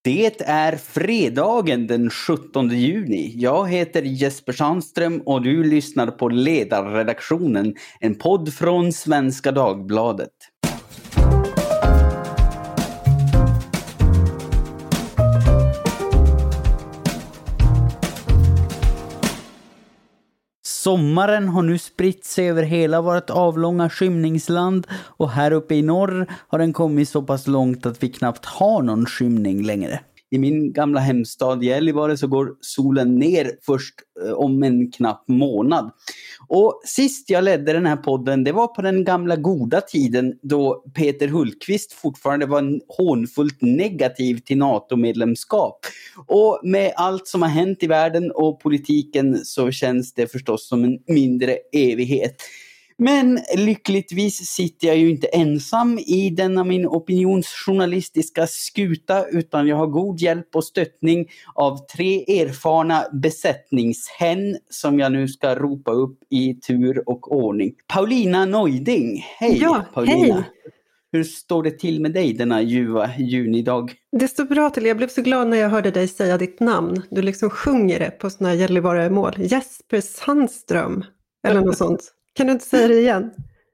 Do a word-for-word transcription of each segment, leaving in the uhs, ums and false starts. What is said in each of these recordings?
Det är fredagen den sjuttonde juni. Jag heter Jesper Sandström och du lyssnar på Ledarredaktionen, en podd från Svenska Dagbladet. Sommaren har nu spritt sig över hela vårt avlånga skymningsland och här uppe i norr har den kommit så pass långt att vi knappt har någon skymning längre. I min gamla hemstad Gällivare så går solen ner först om en knapp månad. Och sist jag ledde den här podden, det var på den gamla goda tiden då Peter Hultqvist fortfarande var hånfullt negativ till NATO-medlemskap. Och med allt som har hänt i världen och politiken så känns det förstås som en mindre evighet. Men lyckligtvis sitter jag ju inte ensam i denna min opinionsjournalistiska skuta, utan jag har god hjälp och stöttning av tre erfarna besättningshän som jag nu ska ropa upp i tur och ordning. Paulina Neuding, hej ja, Paulina. Hej. Hur står det till med dig denna ljuva junidag? Det står bra till. Jag blev så glad när jag hörde dig säga ditt namn. Du liksom sjunger det på såna här Gällivare-mål. Jesper Sandström, eller något sånt. Kan du inte säga det igen?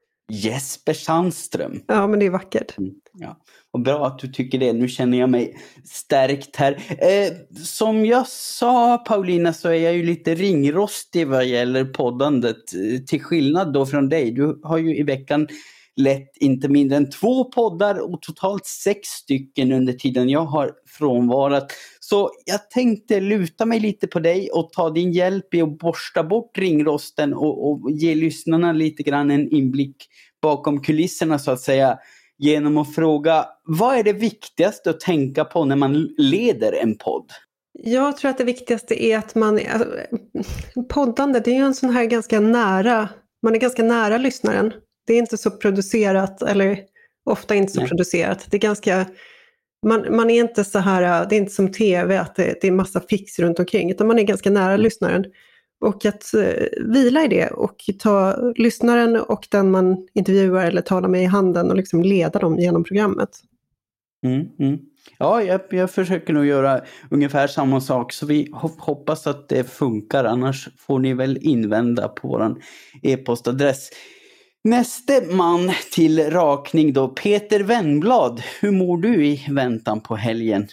Jesper Sandström. Ja, men det är vackert. Mm, ja. Och bra att du tycker det. Nu känner jag mig stärkt här. Eh, som jag sa, Paulina, så är jag ju lite ringrostig vad gäller poddandet. Till skillnad då från dig. Du har ju i veckan lett inte mindre än två poddar och totalt sex stycken under tiden jag har frånvarat. Så jag tänkte luta mig lite på dig och ta din hjälp i att borsta bort ringrosten och, och ge lyssnarna lite grann en inblick bakom kulisserna så att säga, genom att fråga, vad är det viktigaste att tänka på när man leder en podd? Jag tror att det viktigaste är att man, alltså, poddande, det är ju en sån här ganska nära, man är ganska nära lyssnaren. Det är inte så producerat, eller ofta inte så Nej. producerat. Det är ganska, man, man är inte så här, det är inte som tv att det, det är massa fix runt omkring, utan man är ganska nära mm. lyssnaren. Och att uh, vila i det och ta lyssnaren och den man intervjuar eller talar med i handen och liksom leda dem genom programmet. Mm, mm. Ja, jag, jag försöker nog göra ungefär samma sak, så vi hoppas att det funkar, annars får ni väl invända på våran e-postadress. Näste man till rakning då, Peter Wennblad. Hur mår du i väntan på helgen?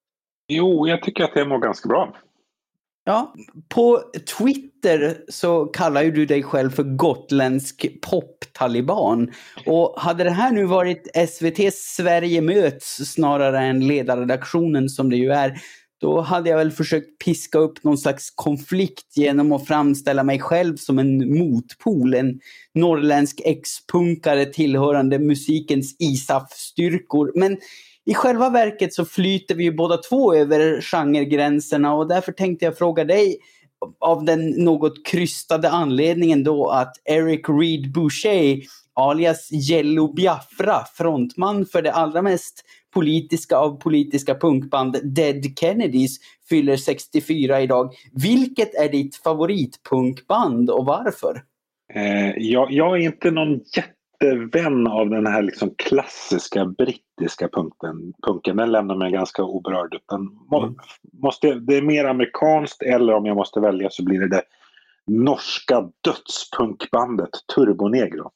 Jo, jag tycker att det mår ganska bra. Ja, på Twitter så kallar ju du dig själv för gotländsk pop-taliban. Och hade det här nu varit S V T:s Sverige möts snarare än ledarredaktionen som det ju är, då hade jag väl försökt piska upp någon slags konflikt genom att framställa mig själv som en motpol, en norrländsk ex-punkare tillhörande musikens I S A F-styrkor. Men i själva verket så flyter vi ju båda två över genregränserna, och därför tänkte jag fråga dig, av den något krystade anledningen då att Eric Reed Boucher, alias Jello Biafra, frontman för det allra mest politiska av politiska punkband Dead Kennedys, fyller sextiofyra idag. Vilket är ditt favoritpunkband och varför? Eh, jag, jag är inte någon jättevän av den här liksom klassiska brittiska punkten. punken. Den lämnar mig ganska oberörd. Utan må, måste, det är mer amerikanskt, eller om jag måste välja så blir det det norska dödspunkbandet Turbo Negro.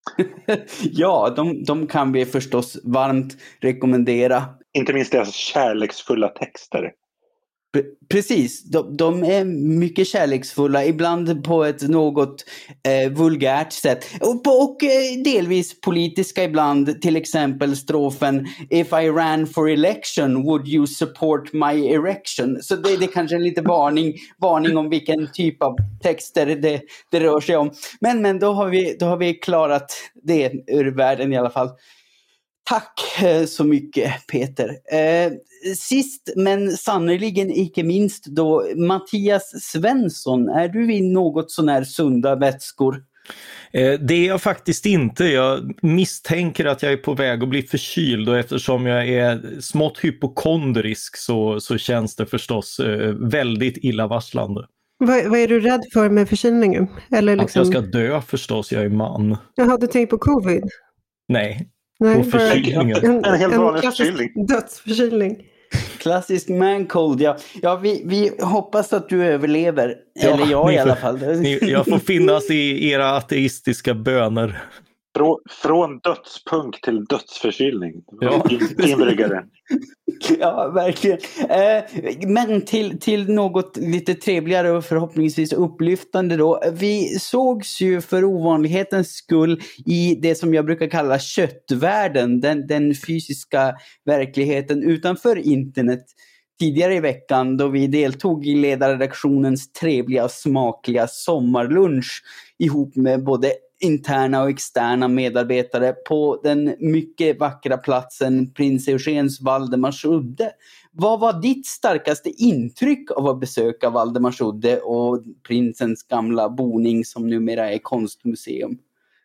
Ja, de, de kan vi förstås varmt rekommendera. Inte minst deras kärleksfulla texter. Precis, de, de är mycket kärleksfulla, ibland på ett något eh, vulgärt sätt och, på, och eh, delvis politiska ibland, till exempel strofen If I ran for election, would you support my erection? Så det, det är kanske en lite varning, varning om vilken typ av texter det, det rör sig om. Men, men då, har vi, då har vi klarat det ur världen i alla fall. Tack så mycket, Peter. Eh, sist men sannoliken icke minst då, Mattias Svensson. Är du i något sån här sunda vätskor? Eh, det är jag faktiskt inte. Jag misstänker att jag är på väg att bli förkyld, och eftersom jag är smått hypokondrisk så, så känns det förstås eh, väldigt illavarslande. Vad, vad är du rädd för med förkylningen? Eller liksom... Att jag ska dö förstås, jag är man. Jaha, du tänker på covid? Nej. Nej, på förkylningen. En, en helt vanlig förkylning. Dödsförkylning. klassisk mancold. Ja, ja vi, vi hoppas att du överlever. Ja, eller jag i alla fall. Ni, jag får finnas i era ateistiska böner. Frå, från dödspunk till dödsförkylning. Ja. In, inbryggare. Ja, verkligen. Eh, men till, till något lite trevligare och förhoppningsvis upplyftande då. Vi sågs ju för ovanlighetens skull i det som jag brukar kalla köttvärlden. Den, den fysiska verkligheten utanför internet. Tidigare i veckan då vi deltog i ledarredaktionens trevliga och smakliga sommarlunch ihop med både interna och externa medarbetare på den mycket vackra platsen Prins Eugens Valdemarsudde. Vad var ditt starkaste intryck av att besöka Valdemarsudde och prinsens gamla boning som numera är konstmuseum?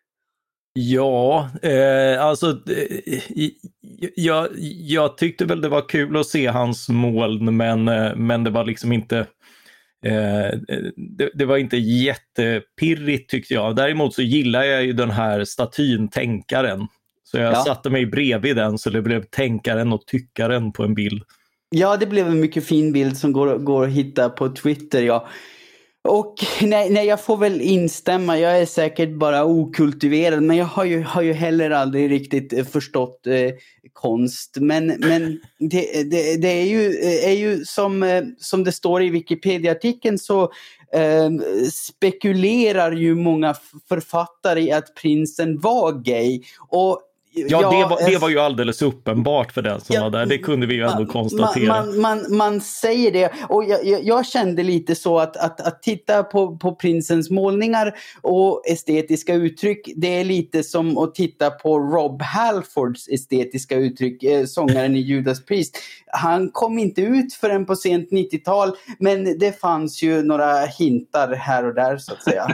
Ja, eh, alltså eh, jag, jag tyckte väl det var kul att se hans moln, men, eh, men det var liksom inte eh, det, det var inte jättepirrigt tyckte jag. Däremot så gillar jag ju den här statyn Tänkaren. Så jag ja. satte mig bredvid den så det blev Tänkaren och Tyckaren på en bild. Ja, det blev en mycket fin bild som går, går att hitta på Twitter, ja. Och nej, nej, jag får väl instämma. Jag är säkert bara okultiverad, men jag har ju, har ju heller aldrig riktigt förstått eh, konst. Men, men det, det, det är ju, är ju som, eh, som det står i Wikipedia-artikeln så eh, spekulerar ju många författare i att prinsen var gay. Och Ja, ja det, var, det var ju alldeles uppenbart för den som ja, var där. Det kunde vi ju ändå man, konstatera. Man, man, man säger det. Och jag, jag, jag kände lite så att, att, att titta på, på prinsens målningar och estetiska uttryck, det är lite som att titta på Rob Halfords estetiska uttryck, eh, sångaren i Judas Priest. Han kom inte ut förrän på sent nittiotal, men det fanns ju några hintar här och där så att säga.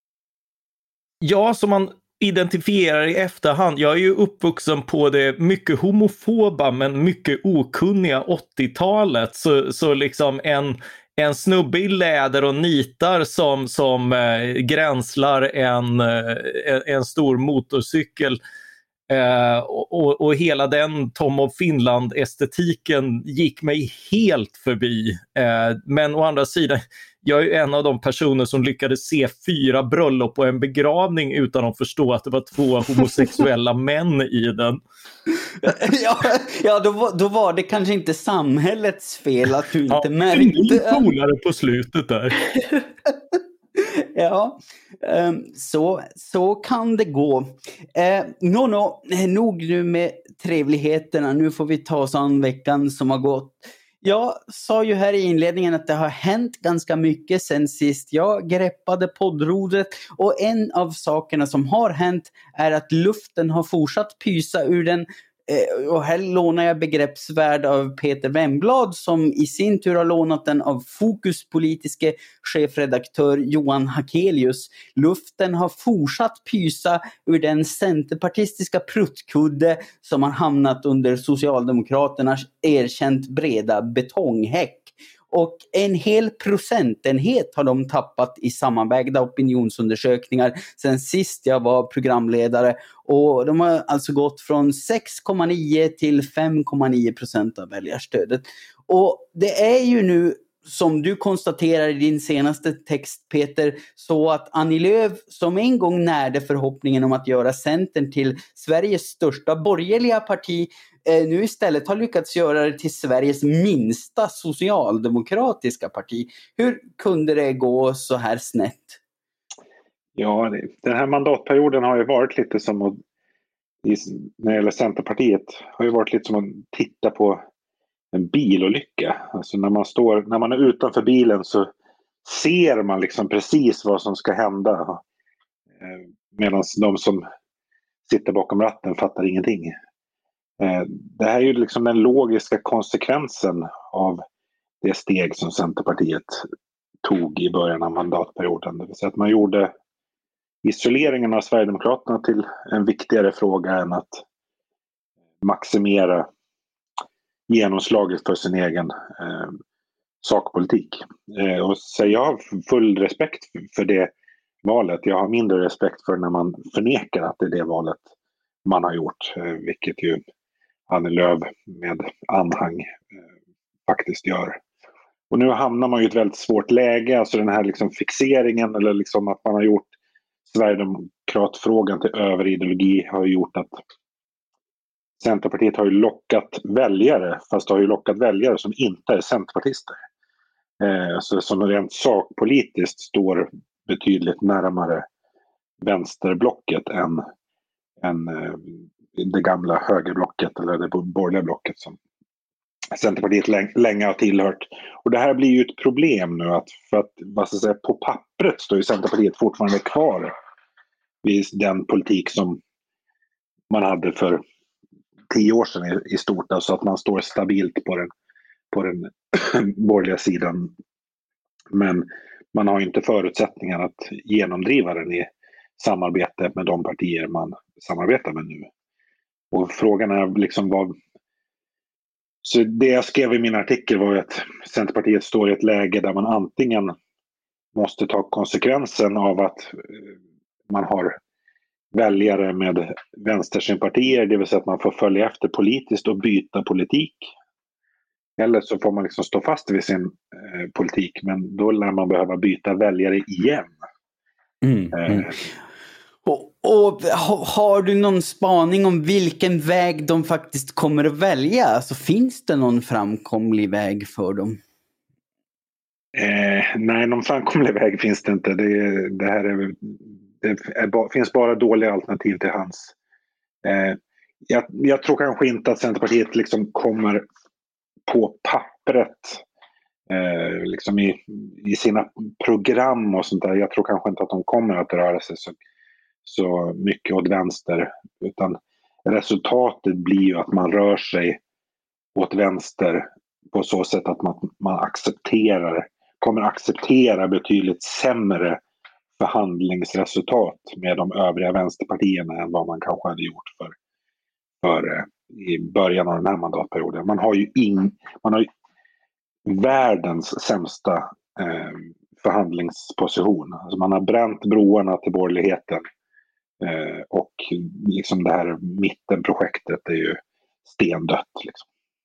Ja, som man identifierar i efterhand. Jag är ju uppvuxen på det mycket homofoba men mycket okunniga åttiotalet. Så, så liksom en, en snubbe i läder och nitar som, som eh, gränslar en, eh, en stor motorcykel. Eh, och, och hela den Tom of Finland-estetiken gick mig helt förbi. Eh, men å andra sidan, jag är ju en av de personer som lyckades se fyra bröllop och en begravning utan att förstå att det var två homosexuella män i den. Ja, ja då, var, då var det kanske inte samhällets fel att du inte ja, märkte. Lite coolare på slutet där. Ja, så, så kan det gå. Eh, no, no, nog nu med trevligheterna. Nu får vi ta oss an veckan som har gått. Jag sa ju här i inledningen att det har hänt ganska mycket sen sist jag greppade poddrodret. Och en av sakerna som har hänt är att luften har fortsatt pysa ur den. Och här lånar jag begreppsvärd av Peter Wemblad som i sin tur har lånat den av Fokus politiske chefredaktör Johan Hakelius. Luften har fortsatt pysa ur den centerpartistiska pruttkudde som har hamnat under Socialdemokraternas erkänt breda betonghäck. Och en hel procentenhet har de tappat i sammanvägda opinionsundersökningar sen sist jag var programledare. Och de har alltså gått från sex komma nio till fem komma nio procent av väljarstödet. Och det är ju nu, som du konstaterar i din senaste text Peter, så att Annie Lööf som en gång närde förhoppningen om att göra Centern till Sveriges största borgerliga parti nu istället har lyckats göra det till Sveriges minsta socialdemokratiska parti. Hur kunde det gå så här snett? Ja, den här mandatperioden har ju varit lite som att, när det gäller Centerpartiet, har ju varit lite som att titta på en bilolycka. Alltså när man står, när man är utanför bilen så ser man liksom precis vad som ska hända. Medan de som sitter bakom ratten fattar ingenting. Det här är ju liksom den logiska konsekvensen av det steg som Centerpartiet tog i början av mandatperioden. Det vill säga att man gjorde isoleringen av Sverigedemokraterna till en viktigare fråga än att maximera genomslaget för sin egen eh, sakpolitik. Eh, och så jag har full respekt för det valet. Jag har mindre respekt för när man förnekar att det är det valet man har gjort. Eh, vilket ju Annie Lööf med anhang eh, faktiskt gör. Och nu hamnar man ju i ett väldigt svårt läge, alltså den här liksom fixeringen eller liksom att man har gjort Sverigedemokratfrågan till överideologi har gjort att Centerpartiet har ju lockat väljare, fast det har ju lockat väljare som inte är centerpartister. Eh, så som rent sakpolitiskt står betydligt närmare vänsterblocket än, än eh, det gamla högerblocket eller det borgerliga blocket som Centerpartiet länge, länge har tillhört. Och det här blir ju ett problem nu att, för att vad ska jag säga, på pappret står ju Centerpartiet fortfarande kvar vid den politik som man hade för tio år sedan i, i stort. Alltså att man står stabilt på den, på den borgerliga sidan. Men man har ju inte förutsättningar att genomdriva den i samarbete med de partier man samarbetar med nu. Och frågan är liksom vad... Så det jag skrev i min artikel var att Centerpartiet står i ett läge där man antingen måste ta konsekvensen av att man har väljare med vänstersympatier, det vill säga att man får följa efter politiskt och byta politik. Eller så får man liksom stå fast vid sin eh, politik, men då lär man behöva byta väljare igen. Mm, mm. Eh. Och, och har du någon spaning om vilken väg de faktiskt kommer att välja? Alltså, finns det någon framkomlig väg för dem? Eh, nej, någon framkomlig väg finns det inte. Det, det här är, det är, finns bara dåliga alternativ till hands. Eh, jag, jag tror kanske inte att Centerpartiet liksom kommer på pappret eh, liksom i, i sina program och sånt där. Jag tror kanske inte att de kommer att röra sig så, så mycket åt vänster, utan resultatet blir ju att man rör sig åt vänster på så sätt att man, man accepterar, kommer acceptera betydligt sämre förhandlingsresultat med de övriga vänsterpartierna än vad man kanske hade gjort för, för i början av den här mandatperioden. Man har ju, in, man har ju världens sämsta eh, förhandlingsposition. Alltså man har bränt broarna till borgerligheten eh, och liksom det här mittenprojektet är ju stendött liksom.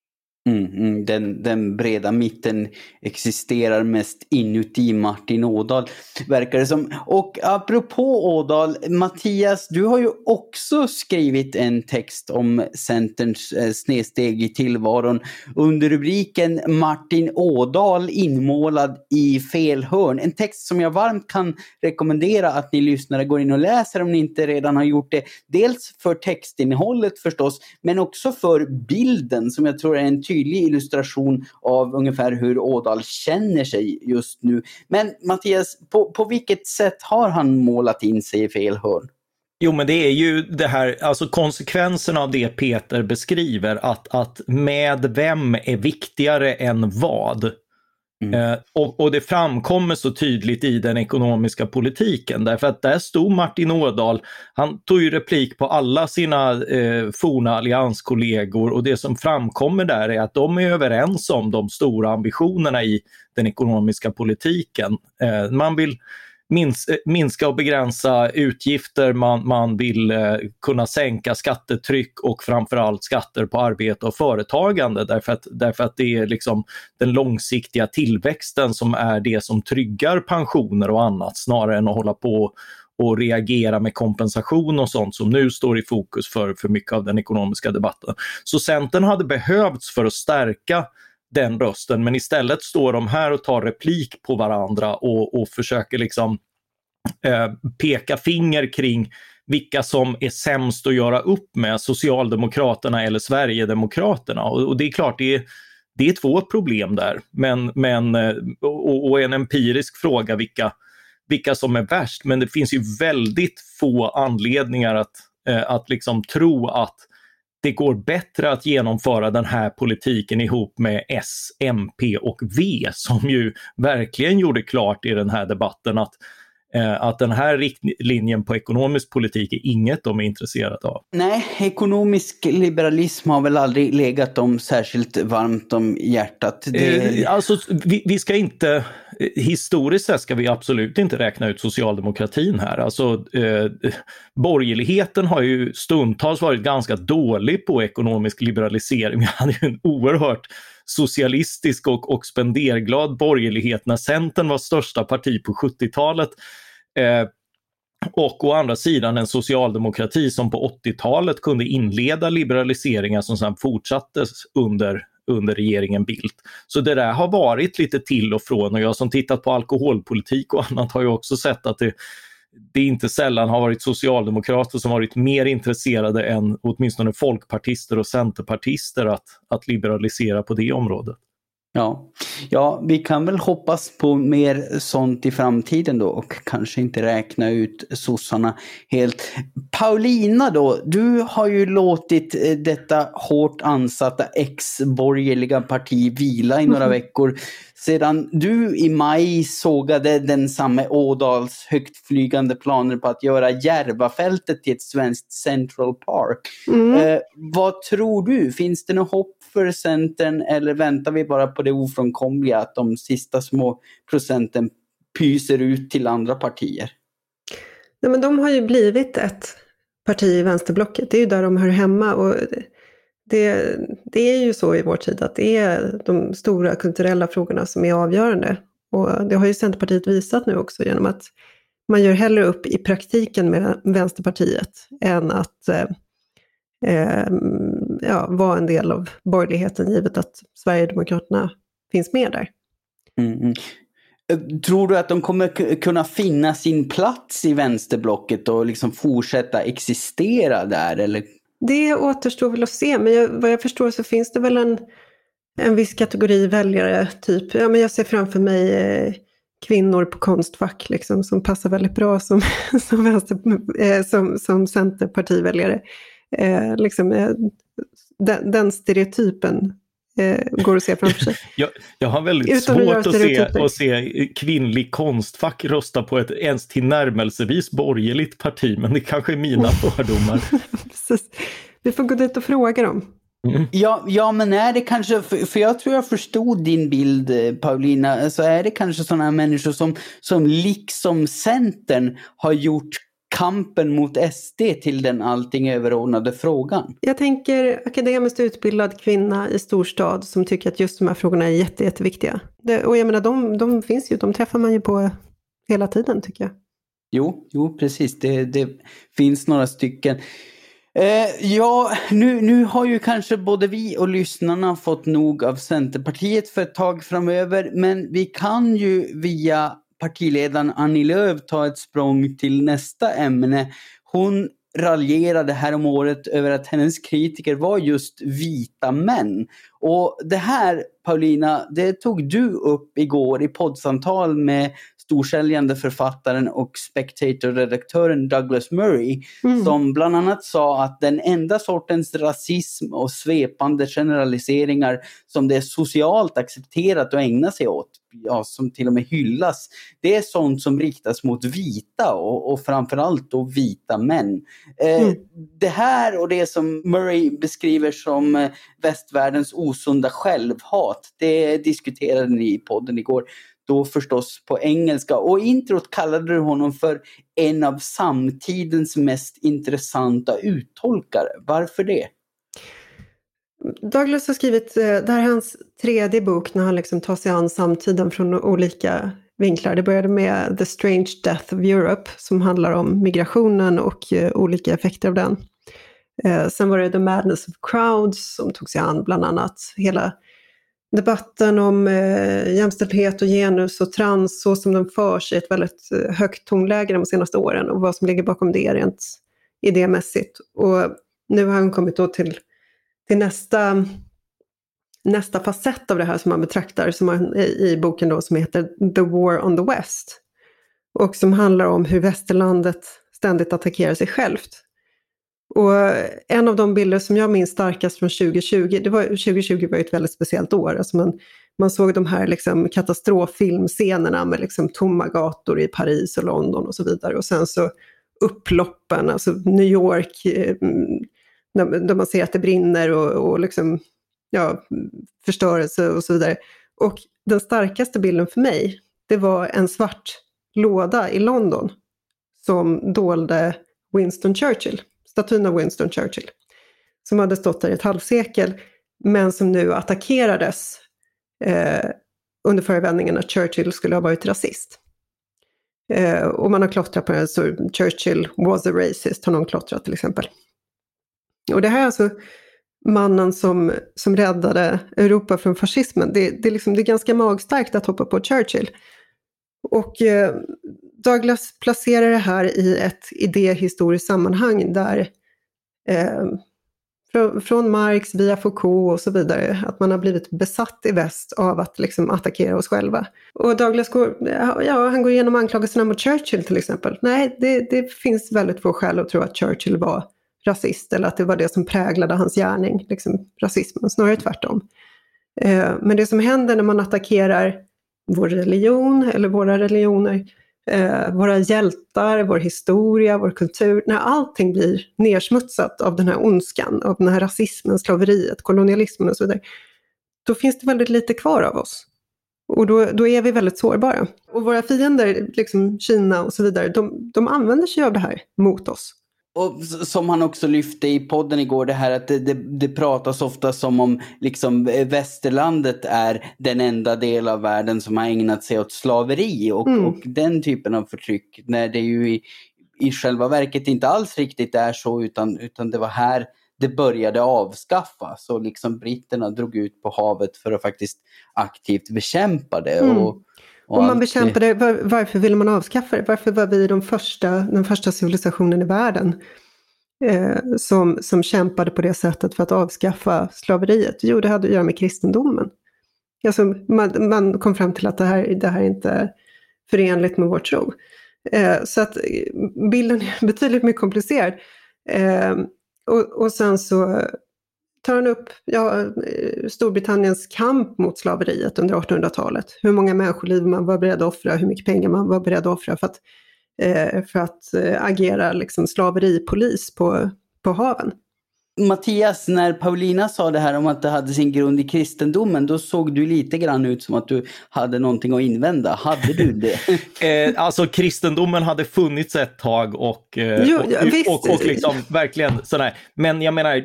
Mm, mm, den, den breda mitten existerar mest inuti Martin Ådahl, verkar det som. Och apropå Ådahl, Mattias, du har ju också skrivit en text om Centerns eh, snedsteg i tillvaron under rubriken Martin Ådahl inmålad i fel hörn. En text som jag varmt kan rekommendera att ni lyssnare går in och läser om ni inte redan har gjort det. Dels för textinnehållet förstås, men också för bilden som jag tror är en tydlig illustration av ungefär hur Ådahl känner sig just nu. Men Mattias, på, på vilket sätt har han målat in sig i fel hörn? Jo, men det är ju det här, alltså konsekvenserna av det Peter beskriver, att, att med vem är viktigare än vad. Mm. Eh, och, och det framkommer så tydligt i den ekonomiska politiken, därför att där stod Martin Ådahl, han tog ju replik på alla sina eh, forna allianskollegor, och det som framkommer där är att de är överens om de stora ambitionerna i den ekonomiska politiken. Eh, man vill Mins, minska och begränsa utgifter, man, man vill eh, kunna sänka skattetryck och framförallt skatter på arbete och företagande, därför att, därför att det är liksom den långsiktiga tillväxten som är det som tryggar pensioner och annat, snarare än att hålla på och reagera med kompensation och sånt som nu står i fokus för, för mycket av den ekonomiska debatten. Så Centern hade behövts för att stärka den rösten, men istället står de här och tar replik på varandra och, och försöker liksom eh, peka finger kring vilka som är sämst att göra upp med, Socialdemokraterna eller Sverigedemokraterna. Och, och det är klart, det är, det är två problem där, men, men, och, och en empirisk fråga vilka, vilka som är värst, men det finns ju väldigt få anledningar att, eh, att liksom tro att det går bättre att genomföra den här politiken ihop med S, M P och V, som ju verkligen gjorde klart i den här debatten att, eh, att den här riktlinjen på ekonomisk politik är inget de är intresserade av. Nej, ekonomisk liberalism har väl aldrig legat dem särskilt varmt om hjärtat. Det... Eh, alltså, vi, vi ska inte... Historiskt sett ska vi absolut inte räkna ut socialdemokratin här. Alltså, eh, borgerligheten har ju stundtals varit ganska dålig på ekonomisk liberalisering. Vi hade ju en oerhört socialistisk och, och spenderglad borgerlighet när Centern var största parti på sjuttiotalet. Eh, och å andra sidan en socialdemokrati som på åttiotalet kunde inleda liberaliseringar som sedan fortsattes under, under regeringen Bildt. Så det där har varit lite till och från, och jag som tittat på alkoholpolitik och annat har ju också sett att det, det inte sällan har varit socialdemokrater som varit mer intresserade än åtminstone folkpartister och centerpartister att, att liberalisera på det området. Ja. ja, vi kan väl hoppas på mer sånt i framtiden då och kanske inte räkna ut sossarna helt. Paulina då, du har ju låtit detta hårt ansatta ex-borgerliga parti vila i några mm. veckor sedan du i maj sågade den samma Ådals högtflygande planer på att göra Järvafältet till ett svenskt Central Park. Mm. Eh, vad tror du? Finns det något hopp för Centern eller väntar vi bara på det ofrånkomliga att de sista små procenten pyser ut till andra partier? Nej, men de har ju blivit ett parti i vänsterblocket. Det är ju där de hör hemma, och det, det är ju så i vår tid att det är de stora kulturella frågorna som är avgörande. Och det har ju Centerpartiet visat nu också genom att man gör hellre upp i praktiken med Vänsterpartiet än att eh, eh, ja, vara en del av borgerligheten, givet att Sverigedemokraterna finns med där. Mm. Tror du att de kommer k- kunna finna sin plats i vänsterblocket och liksom fortsätta existera där? Eller? Det återstår väl att se, men jag, vad jag förstår så finns det väl en, en viss kategori väljare, typ, ja, men jag ser framför mig eh, kvinnor på Konstfack liksom, som passar väldigt bra som, som, vänster, eh, som, som centerpartiväljare. Eh, liksom, eh, den, den stereotypen eh, går att se framför sig. jag, jag har väldigt Utan svårt att, att, se, att se kvinnlig Konstfack rösta på ett ens tillnärmelsevis borgerligt parti, men det kanske är mina fördomar. Precis. Vi får gå dit och fråga dem. Mm. Ja, ja, men är det kanske, för, för jag tror jag förstod din bild, Paulina, så är det kanske sådana här människor som, som liksom Centern har gjort kampen mot S D till den allting överordnade frågan. Jag tänker akademiskt utbildad kvinna i storstad som tycker att just de här frågorna är jätte, jätteviktiga. Det, och jag menar, de, de finns ju, de träffar man ju på hela tiden, tycker jag. Jo, jo precis. Det, det finns några stycken. Eh, ja, nu, nu har ju kanske både vi och lyssnarna fått nog av Centerpartiet för ett tag framöver, men vi kan ju via partiledaren Annie Lööf ta ett språng till nästa ämne. Hon raljerade här om året över att hennes kritiker var just vita män. Och det här, Paulina, det tog du upp igår i poddsamtal med storsäljande författaren och Spectator-redaktören Douglas Murray, mm. som bland annat sa att den enda sortens rasism och svepande generaliseringar som det är socialt accepterat att ägna sig åt, ja, som till och med hyllas, det är sånt som riktas mot vita och, och framförallt då vita män. Eh, mm. Det här och det som Murray beskriver som eh, västvärldens osunda självhat, det diskuterade ni i podden igår. Då förstås på engelska. Och introt kallade du honom för en av samtidens mest intressanta uttolkare. Varför det? Douglas har skrivit, det här är hans tredje bok när han liksom tar sig an samtiden från olika vinklar. Det började med The Strange Death of Europe som handlar om migrationen och olika effekter av den. Sen var det The Madness of Crowds som tog sig an bland annat hela debatten om eh, jämställdhet och genus och trans, så som den förs i ett väldigt eh, högt tonläge de senaste åren, och vad som ligger bakom det rent idémässigt. Och nu har han kommit då till, till nästa, nästa facett av det här som man betraktar som man, i, i boken då, som heter The War on the West, och som handlar om hur västerlandet ständigt attackerar sig självt. Och en av de bilder som jag minns starkast från tjugo tjugo, det var, tjugo tjugo var ett väldigt speciellt år. Alltså man, man såg de här liksom katastroffilmscenerna med liksom tomma gator i Paris och London och så vidare. Och sen så upploppen, alltså New York, eh, där man ser att det brinner och, och liksom, ja, förstörelse och så vidare. Och den starkaste bilden för mig, det var en svart låda i London som dolde Winston Churchill. Statyn av Winston Churchill, som hade stått där i ett halvsekel. men som nu attackerades eh, under förevändningen att Churchill skulle ha varit rasist. Eh, och man har klottrat på det, så Churchill was a racist har någon klottrat till exempel. Och det här är alltså mannen som, som räddade Europa från fascismen. Det, det, är liksom, det är ganska magstarkt att hoppa på Churchill. Och eh, Douglas placerar det här i ett idéhistoriskt sammanhang där eh, från, från Marx via Foucault och så vidare, att man har blivit besatt i väst av att liksom attackera oss själva. Och Douglas går, ja, han går igenom anklagelserna mot Churchill till exempel. Nej, det, det finns väldigt få skäl att tro att Churchill var rasist eller att det var det som präglade hans gärning, liksom rasismen, snarare tvärtom. Eh, men det som händer när man attackerar vår religion eller våra religioner, eh, våra hjältar, vår historia, vår kultur, när allting blir nersmutsat av den här ondskan, av den här rasismen, slaveriet, kolonialismen och så vidare, då finns det väldigt lite kvar av oss. Och då, då är vi väldigt sårbara. Och våra fiender, liksom Kina och så vidare, de, de använder sig av det här mot oss. Och som han också lyfte i podden igår, det här att det, det, det pratas ofta som om liksom västerlandet är den enda del av världen som har ägnat sig åt slaveri och, mm. och den typen av förtryck. När det ju i, i själva verket inte alls riktigt är så, utan, utan det var här det började avskaffas. Och liksom britterna drog ut på havet för att faktiskt aktivt bekämpa det. Mm. Och, och, och man bekämpade, var, varför ville man avskaffa det? Varför var vi de första, den första civilisationen i världen eh, som, som kämpade på det sättet för att avskaffa slaveriet? Jo, det hade att göra med kristendomen. Alltså, man, man kom fram till att det här, det här är inte förenligt med vår tro. Eh, så att bilden är betydligt mer komplicerad. Eh, och, och sen så tar han upp ja, Storbritanniens kamp mot slaveriet under artonhundratalet. Hur många människoliv man var beredd att offra, hur mycket pengar man var beredd att offra för att, eh, för att eh, agera liksom slaveripolis på, på haven. Mattias, när Paulina sa det här om att det hade sin grund i kristendomen, då såg du lite grann ut som att du hade någonting att invända. Hade du det? eh, alltså kristendomen hade funnits ett tag och, eh, jo, ja, och, och, och liksom verkligen sådär. Men jag menar,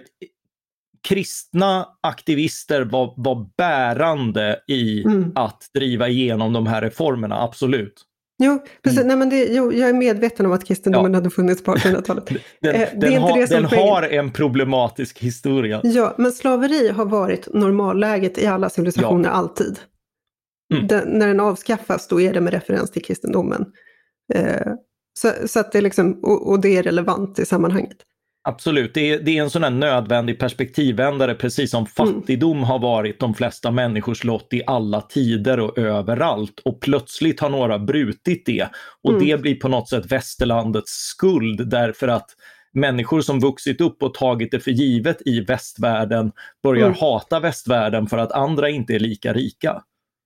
kristna aktivister var, var bärande i mm. att driva igenom de här reformerna, absolut. Jo, precis. Mm. Nej, men det, jo, jag är medveten om att kristendomen ja. hade funnits på artonhundratalet. Den, eh, den, ha, den har en problematisk historia. Ja, men slaveri har varit normalläget i alla civilisationer ja. alltid. Mm. Den, när den avskaffas, då är det med referens till kristendomen. Eh, så, så att det liksom, och, och det är relevant i sammanhanget. Absolut, det är, det är en sån här nödvändig perspektivvändare, precis som fattigdom mm. har varit de flesta människors lott i alla tider och överallt. Och plötsligt har några brutit det. Och mm. det blir på något sätt västerlandets skuld, därför att människor som vuxit upp och tagit det för givet i västvärlden börjar mm. hata västvärlden för att andra inte är lika rika.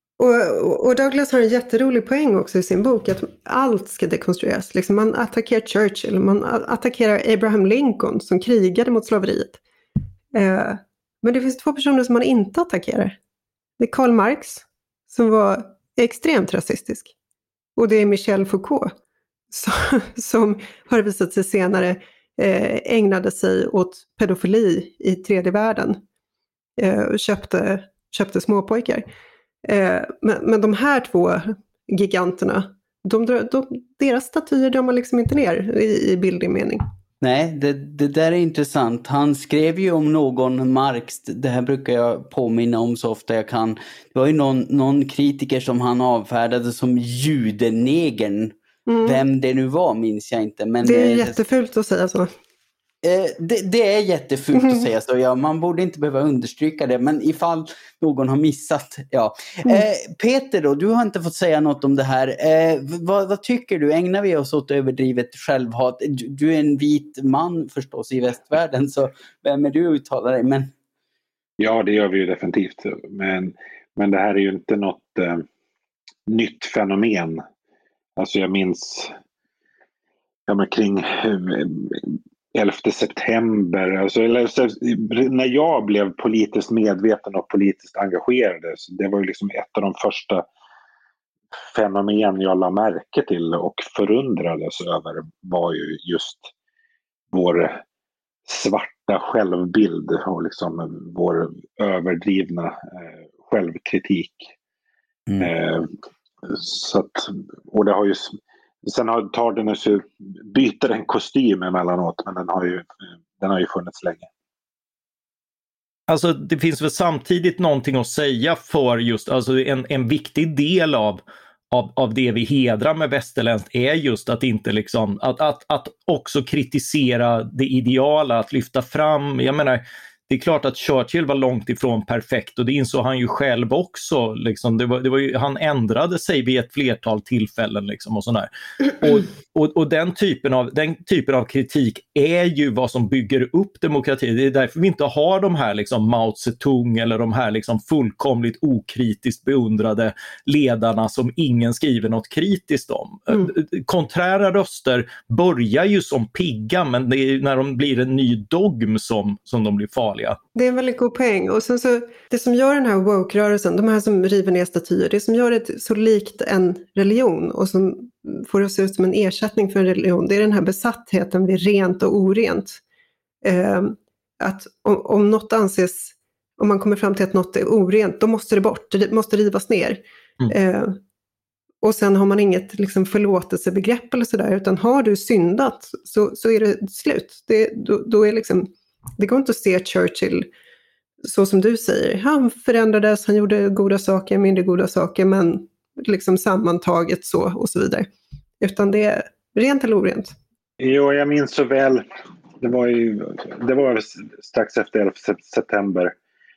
Och, och Douglas har en jätterolig poäng också i sin bok, att allt ska dekonstrueras. Liksom man attackerar Churchill, man attackerar Abraham Lincoln som krigade mot slaveriet. Eh, men det finns två personer som man inte attackerar. Det är Karl Marx som var extremt rasistisk. Och det är Michel Foucault som, som har visat sig senare eh, ägnade sig åt pedofili i tredje världen. Eh, och köpte, köpte småpojkar. Eh, men, men de här två giganterna, de, de, deras statyer drar man liksom inte ner i, i bildlig mening. Nej, det, det där är intressant. Han skrev ju om någon Marx, det här brukar jag påminna om så ofta jag kan. Det var ju någon, någon kritiker som han avfärdade som judenegern. Mm. Vem det nu var minns jag inte. Men det är det, jättefult att säga så. Eh, det, det är jättefult mm. att säga så. Ja, man borde inte behöva understryka det. Men ifall någon har missat. Ja. Mm. Eh, Peter då, du har inte fått säga något om det här. Eh, vad, vad tycker du? Ägnar vi oss åt överdrivet självhat? Du, du är en vit man förstås i västvärlden. Så vem är du att uttala dig? Men... Ja, det gör vi ju definitivt. Men, men det här är ju inte något eh, nytt fenomen. Alltså jag minns ja, men kring eh, elfte september, alltså, eller, när jag blev politiskt medveten och politiskt engagerad, så det var ju liksom ett av de första fenomen jag la märke till och förundrades över, var ju just vår svarta självbild och liksom vår överdrivna eh, självkritik. Mm. Eh, så att, och det har ju, sen har Tardenus ju, byter en kostym emellanåt, men den har ju, den har ju funnits länge. Alltså det finns väl samtidigt någonting att säga för just, alltså en, en viktig del av, av, av det vi hedrar med västerländskt är just att inte liksom, att, att, att också kritisera det ideala, att lyfta fram, jag menar, det är klart att Churchill var långt ifrån perfekt och det insåg han ju själv också. Liksom. Det var, det var ju, han ändrade sig vid ett flertal tillfällen. Liksom, och sådär. Och, och, och den, typen av, den typen av kritik är ju vad som bygger upp demokrati. Det är därför vi inte har de här liksom, Mao Zedong eller de här liksom, fullkomligt okritiskt beundrade ledarna som ingen skriver något kritiskt om. Mm. Konträra röster börjar ju som pigga, men det är när de blir en ny dogm som, som de blir farliga. Det är en väldigt god poäng. Och sen så, det som gör den här woke-rörelsen, de här som river ner statyer, det som gör det så likt en religion och som får det att se ut som en ersättning för en religion, det är den här besattheten vid rent och orent. Eh, att om, om något anses, om man kommer fram till att något är orent, då måste det bort, det måste rivas ner. Mm. Eh, och sen har man inget liksom, förlåtelsebegrepp eller sådär, utan har du syndat så, så är det slut. Det, då, då är liksom Det går inte att se Churchill så som du säger. Han förändrades, han gjorde goda saker, mindre goda saker, men liksom sammantaget så och så vidare. Utan det är rent eller orent. Jo, jag minns så väl. Det var ju det var strax efter elfte september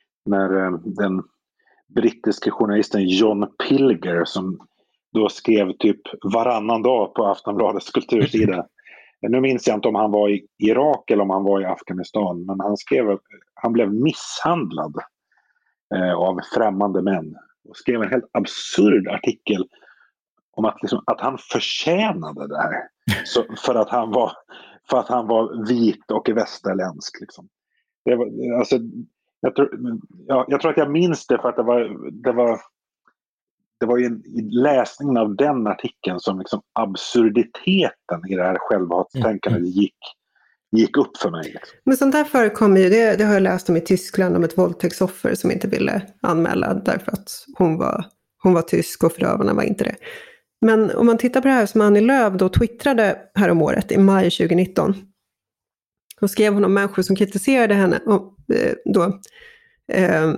när den brittiske journalisten John Pilger, som då skrev typ varannan dag på Aftonbladets kultursida. Nu minns jag inte om han var i Irak eller om han var i Afghanistan, men han skrev att han blev misshandlad eh, av främmande män och skrev en helt absurd artikel om att, liksom, att han förtjänade det här så, för, att han var, för att han var vit och västerländsk. Liksom. Det var, alltså, jag, tror, ja, jag tror att jag minns det för att det var, det var Det var ju en, i läsningen av den artikeln som liksom absurditeten i det här självhatstänkandet mm. gick, gick upp för mig. Liksom. Men sånt här förekommer ju, det, det har jag läst om i Tyskland, om ett våldtäktsoffer som inte ville anmäla därför att hon var, hon var tysk och förövarna var inte det. Men om man tittar på det här som Annie Lööf då twittrade här om året i maj tjugonitton. Då skrev hon om människor som kritiserade henne och då... Eh,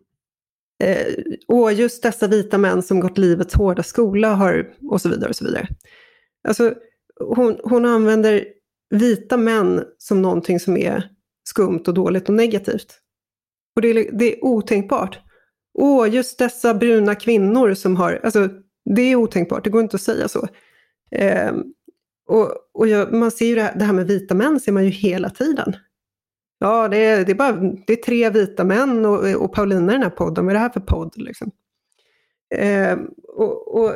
och just dessa vita män som gått livets hårda skola har, och så vidare och så vidare. Alltså, hon, hon använder vita män som någonting som är skumt och dåligt och negativt. Och det är, det är otänkbart. Åh, just dessa bruna kvinnor som har, alltså det är otänkbart, det går inte att säga så. Eh, och och jag, man ser ju det här, det här med vita män ser man ju hela tiden. Ja, det är, det är bara det är tre vita män och, och Paulina i den här podden. Vad är det här för podd? Liksom? Eh, och, och,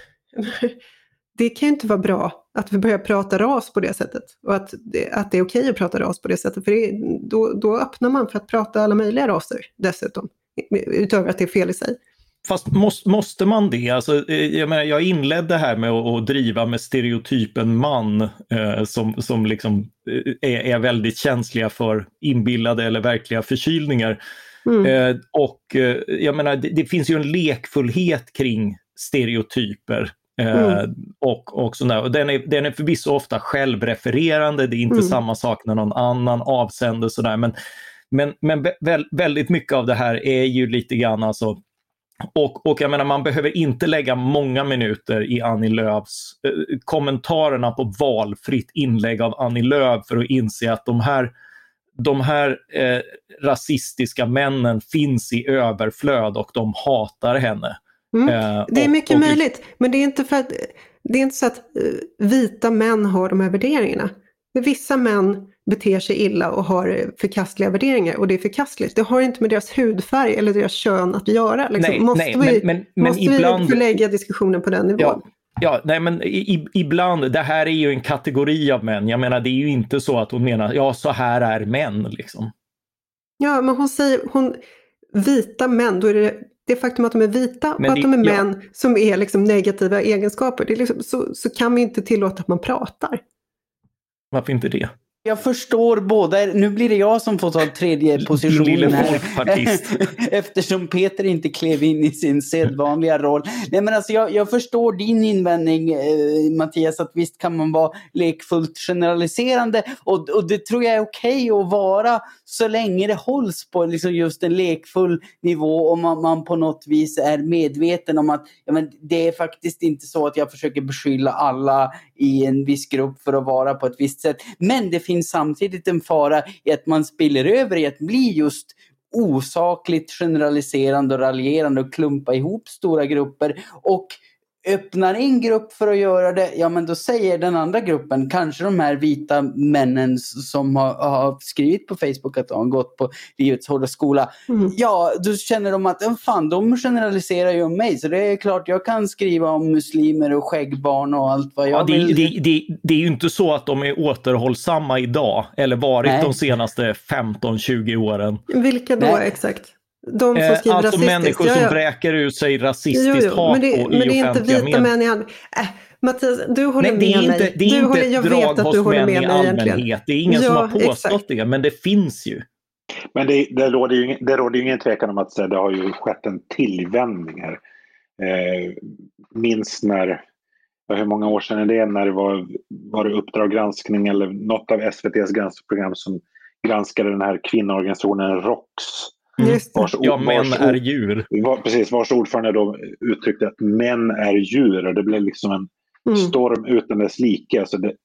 det kan ju inte vara bra att vi börjar prata ras på det sättet. Och att det, att det är okej att prata ras på det sättet. För det, då, då öppnar man för att prata alla möjliga raser dessutom. Utöver att det är fel i sig. Fast måste, måste man det? Alltså, jag, menar, jag inledde här med att, att driva med stereotypen man eh, som, som liksom är, är väldigt känsliga för inbillade eller verkliga förkylningar. Mm. Eh, och eh, jag menar, det, det finns ju en lekfullhet kring stereotyper. Eh, mm. och, och sådär. Och den, är, den är förvisso ofta självrefererande, det är inte mm. samma sak när någon annan avsänder sådär. Men, men, men vä- väldigt mycket av det här är ju lite grann alltså. Och, och jag menar, man behöver inte lägga många minuter i Annie Lööfs eh, kommentarerna på valfritt inlägg av Annie Lööf för att inse att de här, de här eh, rasistiska männen finns i överflöd och de hatar henne. Mm. Eh, det är mycket och, och, möjligt, men det är inte för att det är inte så att eh, vita män har de här värderingarna. Vissa män beter sig illa och har förkastliga värderingar, och det är förkastligt. Det har inte med deras hudfärg eller deras kön att göra. Liksom. Nej, måste nej, vi, men, men, måste men ibland, vi förlägga diskussionen på den nivån? Ja, ja nej, men i, ibland, det här är ju en kategori av män. Jag menar, det är ju inte så att hon menar, ja, så här är män liksom. Ja, men hon säger, hon, vita män, då är det det faktum att de är vita men och att det, de är män ja. som är liksom negativa egenskaper. Det är liksom, så, så kan vi inte tillåta att man pratar. Varför inte det? Jag förstår båda. Nu blir det jag som får ta tredje positionen här. Eftersom Peter inte klev in i sin sedvanliga roll. Nej, men alltså jag, jag förstår din invändning, eh, Mattias, att visst kan man vara lekfullt generaliserande. Och, och det tror jag är okej att vara så länge det hålls på liksom just en lekfull nivå och man, man på något vis är medveten om att ja, men det är faktiskt inte så att jag försöker beskylla alla i en viss grupp för att vara på ett visst sätt. Men det finns samtidigt en fara i att man spiller över i att bli just osakligt generaliserande och raljerande och klumpa ihop stora grupper och öppnar en grupp för att göra det, ja men då säger den andra gruppen, kanske de här vita männen som har, har skrivit på Facebook att de har gått på Livets hårda skola, mm. ja då känner de att fan, de generaliserar ju om mig, så det är klart jag kan skriva om muslimer och skäggbarn och allt vad jag ja, det, vill. Det, det, det är ju inte så att de är återhållsamma idag, eller varit Nej. de senaste femton tjugo åren. Vilka då Nej. exakt? De som skriver alltså människor som ja, ja. vräker ut sig rasistiskt jo, jo. hat men det, på men i det är inte vita med. män i allmänhet. Äh, Mattias, du håller Nej, det är med inte, mig. Det är du inte håller, ett jag drag vet att hos du håller män med i mig allmänhet. egentligen. Det är ingen ja, som har påstått exakt. det, men det finns ju. Men det, det, råder ju ingen, det råder ju ingen tvekan om att så, det har ju skett en tillvänjning här. Eh, minns när, hur många år sedan är det, när det var, var det Uppdrag granskning eller något av S V T:s granskningsprogram som granskade den här kvinnoorganisationen R O X. Mm. Vars, ja, män vars, är djur. Var, precis, vars ordförande då uttryckte att män är djur och det blev liksom en mm. storm utan dess like. Alltså det,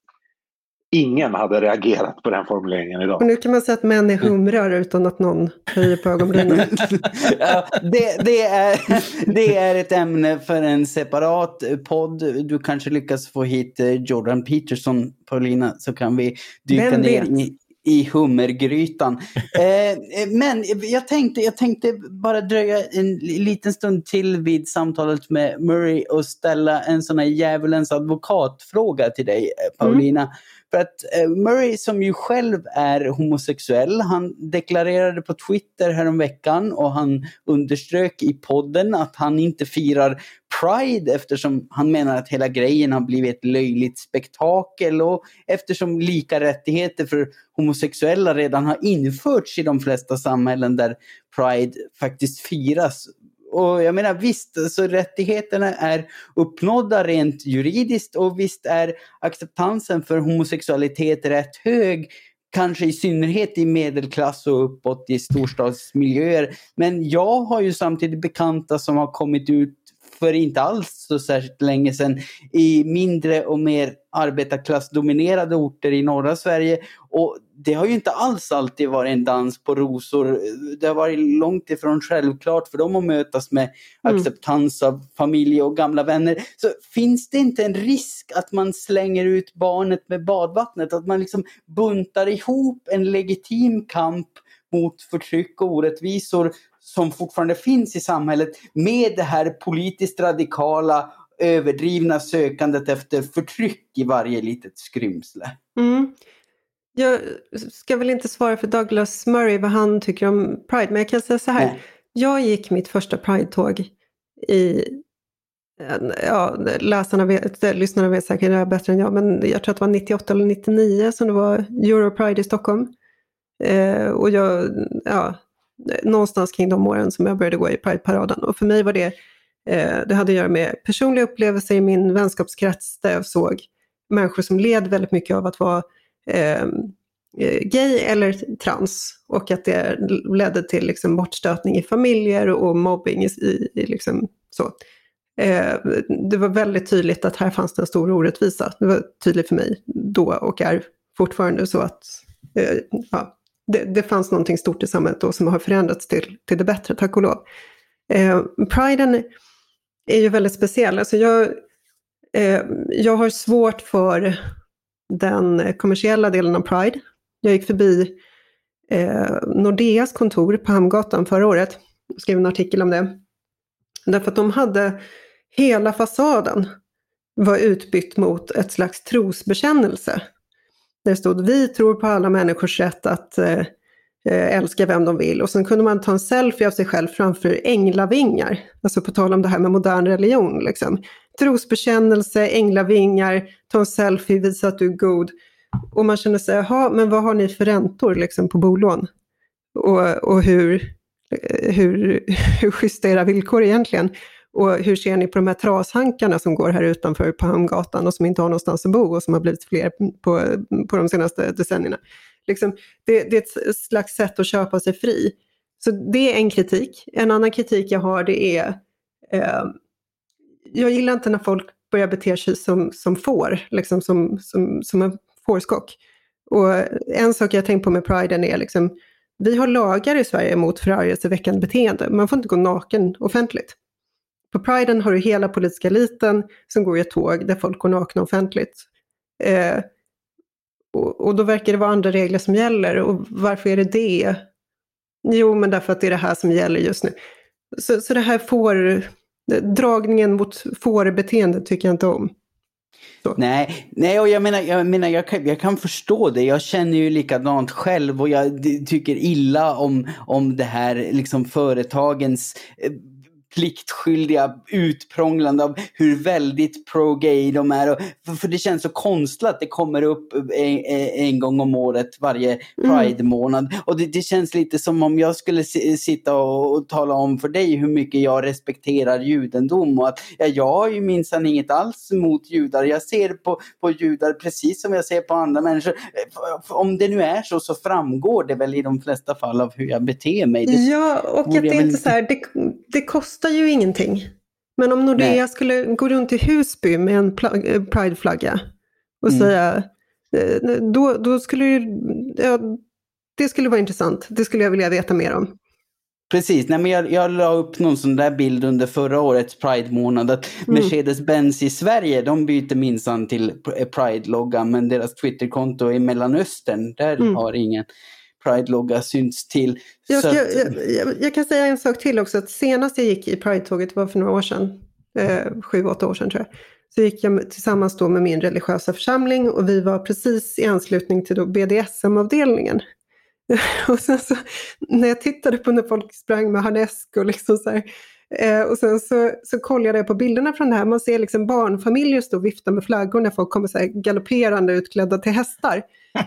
ingen hade reagerat på den formuleringen idag. Och nu kan man säga att män är humrar utan att någon höjer på ögonbrynen. ja, det, det, är, det är ett ämne för en separat podd. Du kanske lyckas få hit Jordan Peterson, Paulina, så kan vi dyka Vem ner vet? i i hummergrytan. eh, men jag tänkte, jag tänkte bara dröja en liten stund till vid samtalet med Murray och ställa en sån här djävulens advokatfråga till dig, Paulina. Mm. För att eh, Murray, som ju själv är homosexuell, han deklarerade på Twitter häromveckan och han underströk i podden att han inte firar Pride eftersom han menar att hela grejen har blivit ett löjligt spektakel och eftersom lika rättigheter för homosexuella redan har införts i de flesta samhällen där Pride faktiskt firas. Och jag menar visst, så rättigheterna är uppnådda rent juridiskt och visst är acceptansen för homosexualitet rätt hög, kanske i synnerhet i medelklass och uppåt i storstadsmiljöer. Men jag har ju samtidigt bekanta som har kommit ut för inte alls så särskilt länge sedan i mindre och mer arbetarklassdominerade orter i norra Sverige, och det har ju inte alls alltid varit en dans på rosor. Det har varit långt ifrån självklart för dem att mötas med mm. acceptans av familj och gamla vänner. Så finns det inte en risk att man slänger ut barnet med badvattnet, att man liksom buntar ihop en legitim kamp mot förtryck och orättvisor som fortfarande finns i samhället med det här politiskt radikala, överdrivna sökandet efter förtryck i varje litet skrymsle? Mm. Jag ska väl inte svara för Douglas Murray vad han tycker om Pride, men jag kan säga så här. Nej. Jag gick mitt första Pride-tåg i, ja, läsarna vet, lyssnarna vet säkert det är bättre än jag, men jag tror att det var nittioåtta eller nittionio som det var Europride i Stockholm. Eh, och jag, ja, någonstans kring de åren som jag började gå i Pride-paraden. Och för mig var det, eh, det hade att göra med personliga upplevelser i min vänskapskrets där jag såg människor som led väldigt mycket av att vara eh, gay eller trans. Och att det ledde till liksom bortstötning i familjer och mobbing i, i, i liksom så. Eh, det var väldigt tydligt att här fanns det en stor orättvisa. Det var tydligt för mig då och är fortfarande så att eh, ja, det, det fanns någonting stort i samhället då som har förändrats till, till det bättre, tack och lov. Eh, Priden är ju väldigt speciell. Alltså jag, eh, jag har svårt för den kommersiella delen av Pride. Jag gick förbi eh, Nordeas kontor på Hamngatan förra året och skrev en artikel om det. Därför att de hade hela fasaden var utbytt mot ett slags trosbekännelse. Där stod: vi tror på alla människors rätt att eh, älska vem de vill. Och sen kunde man ta en selfie av sig själv framför änglavingar. Alltså på tal om det här med modern religion. Liksom. Trosbekännelse, änglavingar, ta en selfie, visa att du är god. Och man känner sig, jaha, men vad har ni för räntor liksom, på bolån? Och, och hur, hur, hur schyssta era villkor egentligen? Och hur ser ni på de här trashankarna som går här utanför på Hamngatan och som inte har någonstans att bo och som har blivit fler på, på de senaste decennierna? Liksom, det, det är ett slags sätt att köpa sig fri. Så det är en kritik. En annan kritik jag har, det är eh, jag gillar inte när folk börjar bete sig som, som får, liksom som, som, som en fårskock. Och en sak jag tänkt på med Priden är liksom, vi har lagar i Sverige mot förargelseväckande beteende. Man får inte gå naken offentligt. På Priden har du hela politiska eliten som går i ett tåg där folk går nakna offentligt. Eh, och, och då verkar det vara andra regler som gäller. Och varför är det det? Jo, men därför att det är det här som gäller just nu. Så, så det här får... dragningen mot fårbeteende tycker jag inte om. Så. Nej, nej, och jag menar, jag, menar jag, kan, jag kan förstå det. Jag känner ju likadant själv och jag tycker illa om, om det här liksom företagens eh, pliktskyldiga utprånglande av hur väldigt pro-gay de är. Och, för, för det känns så konstigt att det kommer upp en, en gång om året varje Pride-månad. Mm. Och det, det känns lite som om jag skulle s- sitta och, och tala om för dig hur mycket jag respekterar judendom. Och att ja, jag har ju minsann inget alls mot judar. Jag ser på, på judar precis som jag ser på andra människor. Om det nu är så, så framgår det väl i de flesta fall av hur jag beter mig. Det, ja, och att det är inte så här, det, det kostar ju ingenting. Men om Nordea Nej. skulle gå runt i Husby med en pl- Pride-flagga och mm. säga, då, då skulle ja, det skulle vara intressant. Det skulle jag vilja veta mer om. Precis, nej, men jag, jag la upp någon sån där bild under förra årets Pride-månad att mm. Mercedes-Benz i Sverige, de byter minsann till Pride-logga, men deras Twitter-konto i Mellanöstern, där mm. har ingen Pride-logga synts till. Jag, ska, att... jag, jag, jag kan säga en sak till också, att senast jag gick i Pride-tåget var för några år sedan, eh, sju, åtta år sedan tror jag, så gick jag tillsammans då med min religiösa församling och vi var precis i anslutning till då B D S M-avdelningen. Och sen så, när jag tittade på när folk sprang med harnesk och liksom så här, eh, och sen så, så kollade jag på bilderna från det här, man ser liksom barnfamiljer stå och vifta med flaggor när folk kommer så här galopperande utklädda till hästar.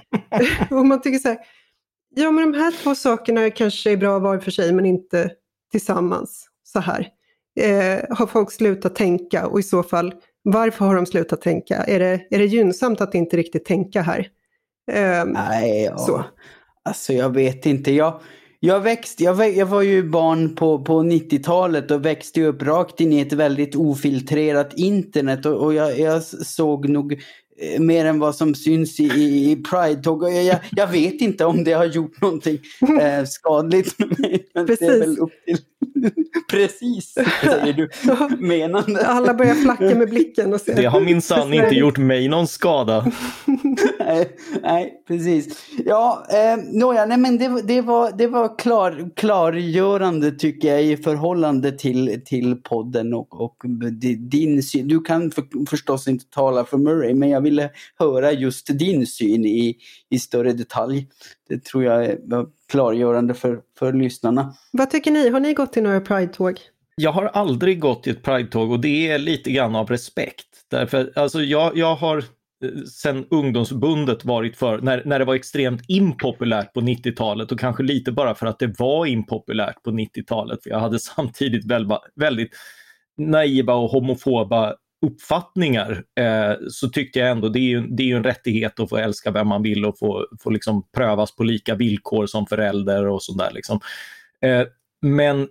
Och man tycker så här, ja, men de här två sakerna kanske är bra var för sig men inte tillsammans så här. Eh, har folk slutat tänka och i så fall, varför har de slutat tänka? Är det, är det gynnsamt att inte riktigt tänka här? Eh, Nej, ja. Så. Alltså jag vet inte, jag, jag växte, jag, jag var ju barn på, på nittiotalet och växte upp rakt in i ett väldigt ofiltrerat internet och, och jag, jag såg nog mer än vad som syns i, i Pride-tåg. Jag, jag, jag vet inte om det har gjort någonting eh, skadligt med mig. Men precis. Det är väl upp till... Precis, säger du. Menande. Alla börjar flacka med blicken. Och det har minsann inte gjort mig någon skada. nej, nej, precis. Ja, eh, nåja, nej, men det, det var, det var klar, klargörande tycker jag i förhållande till, till podden och, och din syn. Du kan för, förstås inte tala för Murray, men jag ville höra just din syn i, i större detalj. Det tror jag var klargörande för, för lyssnarna. Vad tycker ni? Har ni gått till några Pride-tåg? Jag har aldrig gått i ett Pride-tåg och det är lite grann av respekt. Därför, alltså jag, jag har sen ungdomsbundet varit för, när, när det var extremt impopulärt på nittiotalet och kanske lite bara för att det var impopulärt på nittiotalet. För jag hade samtidigt väl, väldigt naiva och homofoba uppfattningar, eh, så tyckte jag ändå det är ju, det är ju en rättighet att få älska vem man vill och få, få liksom prövas på lika villkor som förälder och sådär liksom. Eh, men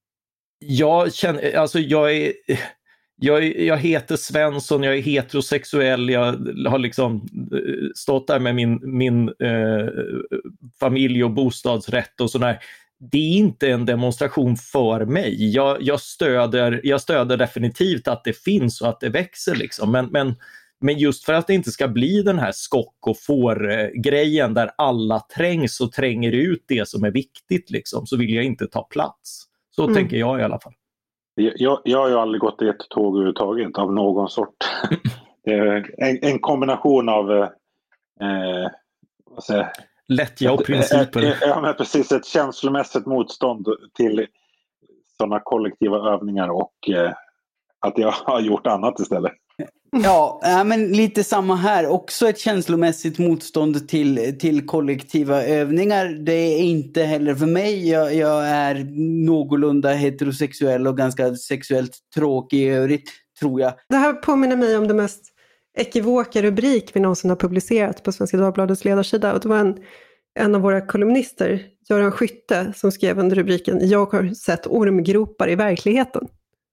jag känner, alltså jag är jag, jag heter Svensson, jag är heterosexuell, jag har liksom stått där med min, min eh, familj och bostadsrätt och sådär. Det är inte en demonstration för mig. Jag, jag, stöder, jag stöder definitivt att det finns och att det växer liksom. Men, men, men just för att det inte ska bli den här skock- och får-grejen där alla trängs och tränger ut det som är viktigt liksom, så vill jag inte ta plats. Så mm. tänker jag i alla fall. Jag, jag har ju aldrig gått i ett tåg överhuvudtaget av någon sort. Det är en, en kombination av eh, vad säger, lättja och principer. Ja, men precis, ett känslomässigt motstånd till sådana kollektiva övningar och eh, att jag har gjort annat istället. Ja, äh, men lite samma här. Också ett känslomässigt motstånd till, till kollektiva övningar. Det är inte heller för mig. Jag, jag är någorlunda heterosexuell och ganska sexuellt tråkig i övrigt, tror jag. Det här påminner mig om det mest ekivoka rubrik vi någonsin har publicerat på Svenska Dagbladets ledarsida. Och det var en, en av våra kolumnister, Göran Skytte, som skrev under rubriken "Jag har sett ormgropar i verkligheten".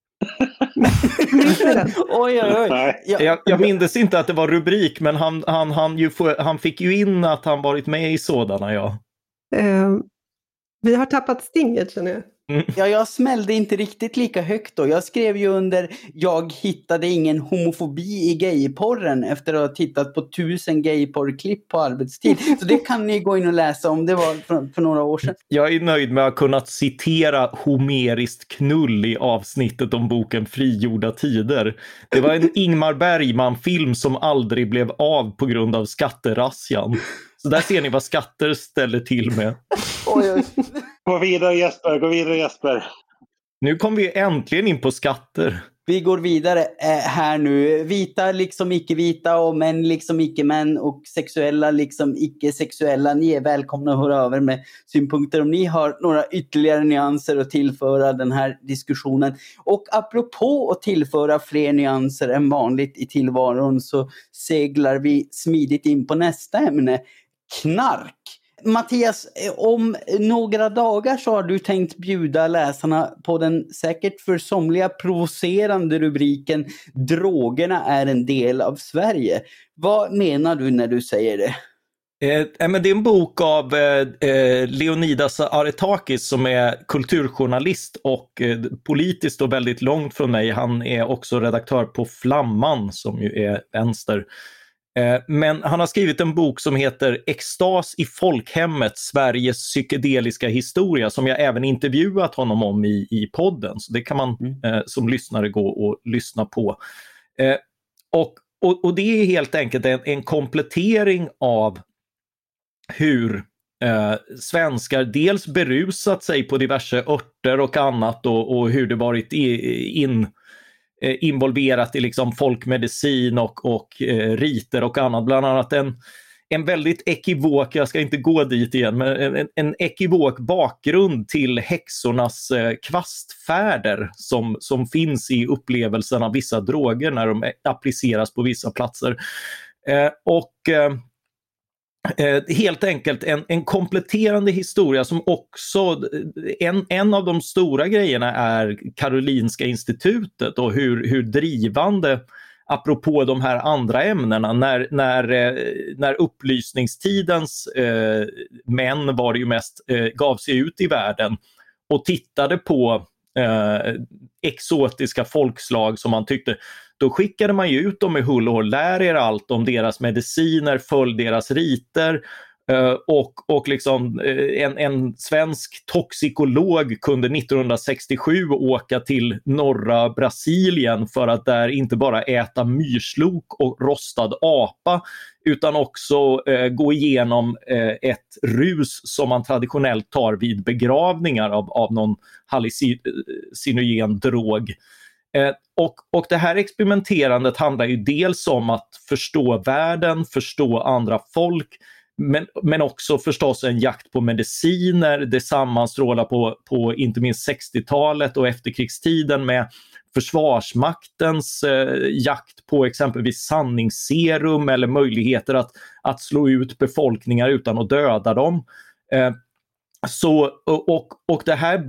oj, oj, oj. Jag, jag, jag minns inte att det var rubrik, men han, han, han, ju få, han fick ju in att han varit med i sådana, ja. Uh, vi har tappat stinget, känner jag. Mm. Ja, jag smällde inte riktigt lika högt då. Jag skrev ju under "Jag hittade ingen homofobi i gayporren" efter att ha tittat på tusen gayporrklipp på arbetstid. Så det kan ni gå in och läsa om. Det var för, för några år sedan. Jag är nöjd med att ha kunnat citera homeriskt knull i avsnittet om boken Frigjorda tider. Det var en Ingmar Bergman-film som aldrig blev av på grund av skatterazzjan. Så där ser ni vad skatter ställer till med. Oj, oj. Gå vidare Jesper, gå vidare Jesper. Nu kom vi äntligen in på skatter. Vi går vidare eh, här nu. Vita liksom icke-vita och män liksom icke-män och sexuella liksom icke-sexuella. Ni är välkomna att höra över med synpunkter om ni har några ytterligare nyanser att tillföra den här diskussionen. Och apropå att tillföra fler nyanser än vanligt i tillvaron så seglar vi smidigt in på nästa ämne. Knark. Mattias, om några dagar så har du tänkt bjuda läsarna på den säkert för somliga provocerande rubriken "Drogerna är en del av Sverige". Vad menar du när du säger det? Eh, men det är en bok av eh, Leonidas Aretakis som är kulturjournalist och eh, politiskt och väldigt långt från mig. Han är också redaktör på Flamman som ju är vänster. Men han har skrivit en bok som heter "Extas i folkhemmet, Sveriges psykedeliska historia", som jag även intervjuat honom om i, i podden. Så det kan man mm. eh, som lyssnare gå och lyssna på. Eh, och, och, och det är helt enkelt en, en komplettering av hur eh, svenskar dels berusat sig på diverse örter och annat och, och hur det varit i, in involverat i liksom folkmedicin och, och eh, riter och annat. Bland annat en, en väldigt ekivok, jag ska inte gå dit igen, men en, en ekivok bakgrund till häxornas eh, kvastfärder som, som finns i upplevelsen av vissa droger när de appliceras på vissa platser. Eh, och eh, Eh, helt enkelt en, en kompletterande historia som också, en, en av de stora grejerna är Karolinska institutet och hur, hur drivande, apropå de här andra ämnena, när, när, eh, när upplysningstidens eh, män var det ju mest, eh, gav sig ut i världen och tittade på eh, exotiska folkslag som man tyckte. Då skickade man ju ut dem i hull och hår, lär er allt om deras mediciner, följ deras riter uh, och, och liksom uh, en, en svensk toxikolog kunde nittonhundrasextiosju åka till norra Brasilien för att där inte bara äta myrslok och rostad apa utan också uh, gå igenom uh, ett rus som man traditionellt tar vid begravningar av, av någon hallucinogen drog. Eh, och, och det här experimenterandet handlar ju dels om att förstå världen, förstå andra folk, men, men också förstås en jakt på mediciner. Det sammanstrålar på, på inte minst sextiotalet och efterkrigstiden med försvarsmaktens eh, jakt på exempelvis sanningsserum eller möjligheter att, att slå ut befolkningar utan att döda dem. Eh, så, och, och det här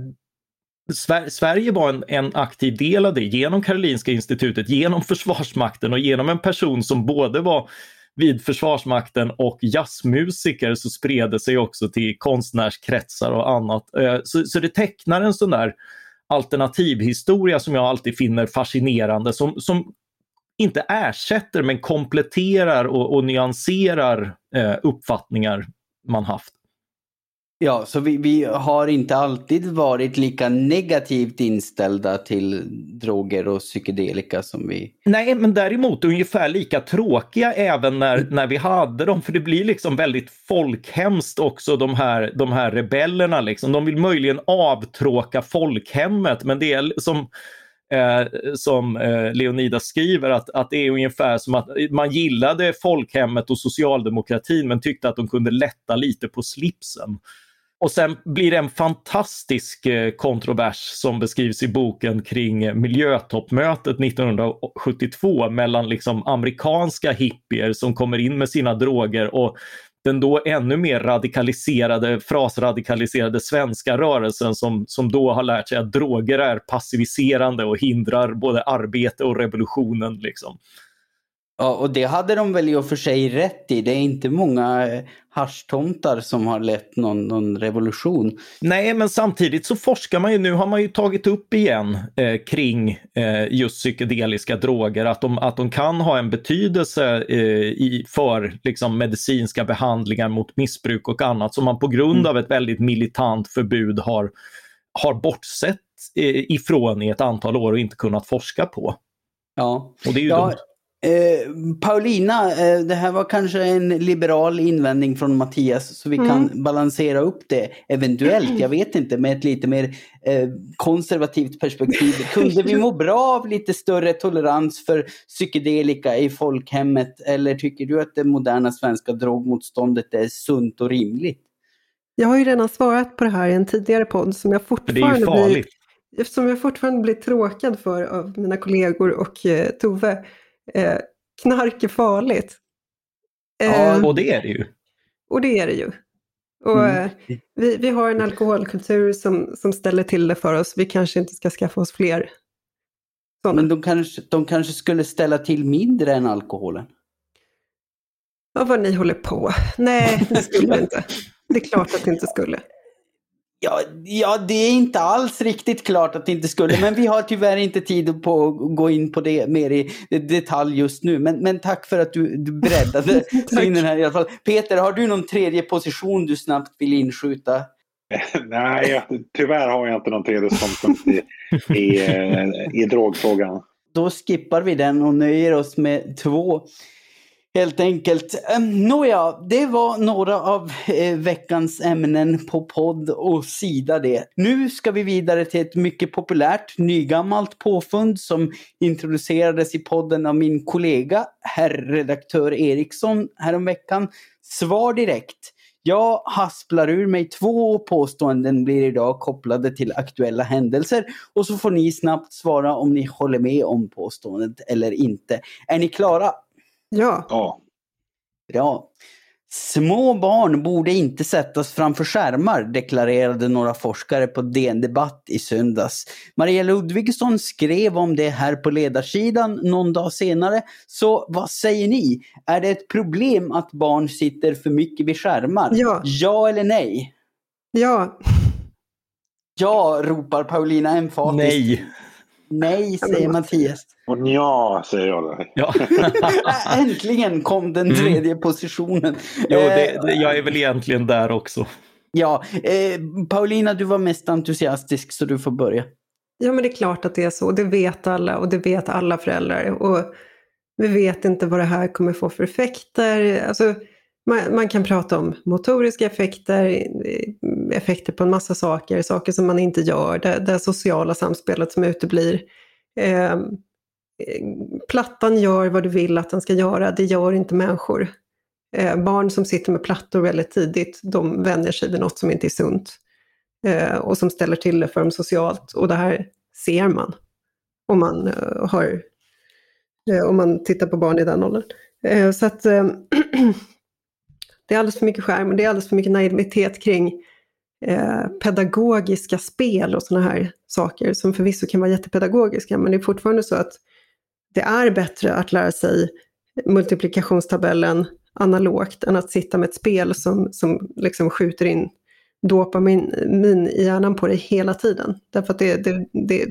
Sverige var en, en aktiv del av det genom Karolinska institutet, genom Försvarsmakten och genom en person som både var vid Försvarsmakten och jazzmusiker, så spred det sig också till konstnärskretsar och annat. Så, så det tecknar en sån där alternativhistoria som jag alltid finner fascinerande, som, som inte ersätter men kompletterar och, och nyanserar eh, uppfattningar man haft. Ja, så vi, vi har inte alltid varit lika negativt inställda till droger och psykedelika som vi... Nej, men däremot ungefär lika tråkiga även när, när vi hade dem. För det blir liksom väldigt folkhemskt också, de här, de här rebellerna. Liksom. De vill möjligen avtråka folkhemmet, men det är som... eh, som eh, Leonidas skriver, att, att det är ungefär som att man gillade folkhemmet och socialdemokratin men tyckte att de kunde lätta lite på slipsen. Och sen blir det en fantastisk eh, kontrovers som beskrivs i boken kring miljötoppmötet nittonhundrasjuttiotvå mellan liksom amerikanska hippier som kommer in med sina droger och den då ännu mer radikaliserade, frasradikaliserade svenska rörelsen som, som då har lärt sig att droger är passiviserande och hindrar både arbete och revolutionen liksom. Ja, och det hade de väl i och för sig rätt i. Det är inte många haschtomtar som har lett någon, någon revolution. Nej, men samtidigt så forskar man ju, nu har man ju tagit upp igen eh, kring eh, just psykedeliska droger, att de, att de kan ha en betydelse eh, i, för liksom, medicinska behandlingar mot missbruk och annat som man på grund mm. av ett väldigt militant förbud har, har bortsett eh, ifrån i ett antal år och inte kunnat forska på. Ja, och det är ju ja. dumt. Eh, Paulina, eh, det här var kanske en liberal invändning från Mattias så vi mm. kan balansera upp det eventuellt, jag vet inte, med ett lite mer eh, konservativt perspektiv. Kunde vi må bra av lite större tolerans för psykedelika i folkhemmet, eller tycker du att det moderna svenska drogmotståndet är sunt och rimligt? Jag har ju redan svarat på det här i en tidigare podd som jag fortfarande, det är ju farligt. Blir, som jag fortfarande blir tråkad för av mina kollegor och eh, Tove. Eh, knark är farligt. Eh, ja, och det är det ju. Och det är det ju. Och, mm. eh, vi, vi har en alkoholkultur som, som ställer till det för oss. Vi kanske inte ska skaffa oss fler sådana. Men de kanske, de kanske skulle ställa till mindre än alkoholen. Ja, vad ni håller på. Nej, det skulle inte. Det är klart att det inte skulle. Ja, ja, det är inte alls riktigt klart att det inte skulle, men vi har tyvärr inte tid på att gå in på det mer i detalj just nu. Men, men tack för att du, du breddade synen här i alla fall. Peter, har du någon tredje position du snabbt vill inskjuta? Nej, jag, tyvärr har jag inte någon tredje ståndpunkt i, i, i drogfrågan. Då skippar vi den och nöjer oss med två. Helt enkelt. Um, nåja, det var några av eh, veckans ämnen på podd och sida det. Nu ska vi vidare till ett mycket populärt nygammalt påfund som introducerades i podden av min kollega, herr redaktör Eriksson, häromveckan. Svar direkt. Jag hasplar ur mig två påståenden blir idag kopplade till aktuella händelser och så får ni snabbt svara om ni håller med om påståendet eller inte. Är ni klara? Ja. Ja. Ja. Små barn borde inte sättas framför skärmar, deklarerade några forskare på D N Debatt i söndags. Maria Ludvigsson skrev om det här på ledarsidan någon dag senare. Så vad säger ni? Är det ett problem att barn sitter för mycket vid skärmar? Ja. Ja eller nej? Ja. Ja, ropar Paulina emfatiskt. Nej. Nej, säger Mattias. Och ja, säger jag då. Ja. Äntligen kom den tredje mm. positionen. Jo, det, det, jag är väl egentligen där också. Ja, eh, Paulina, du var mest entusiastisk så du får börja. Ja, men det är klart att det är så. Det vet alla och det vet alla föräldrar. Och vi vet inte vad det här kommer få för effekter. Alltså, man, man kan prata om motoriska effekter, effekter på en massa saker, saker som man inte gör, det, det sociala samspelet som uteblir. Eh, plattan gör vad du vill att den ska göra, det gör inte människor. Eh, barn som sitter med plattor väldigt tidigt, de vänjer sig vid något som inte är sunt. Eh, och som ställer till det för dem socialt. Och det här ser man om man, uh, har, uh, om man tittar på barn i den åldern. Uh, så att uh, det är alldeles för mycket skärm och det är alldeles för mycket naivitet kring uh, pedagogiska spel och såna här saker som förvisso kan vara jättepedagogiska, men det är fortfarande så att det är bättre att lära sig multiplikationstabellen analogt än att sitta med ett spel som, som liksom skjuter in dopamin i hjärnan på dig hela tiden. Därför att det, det, det,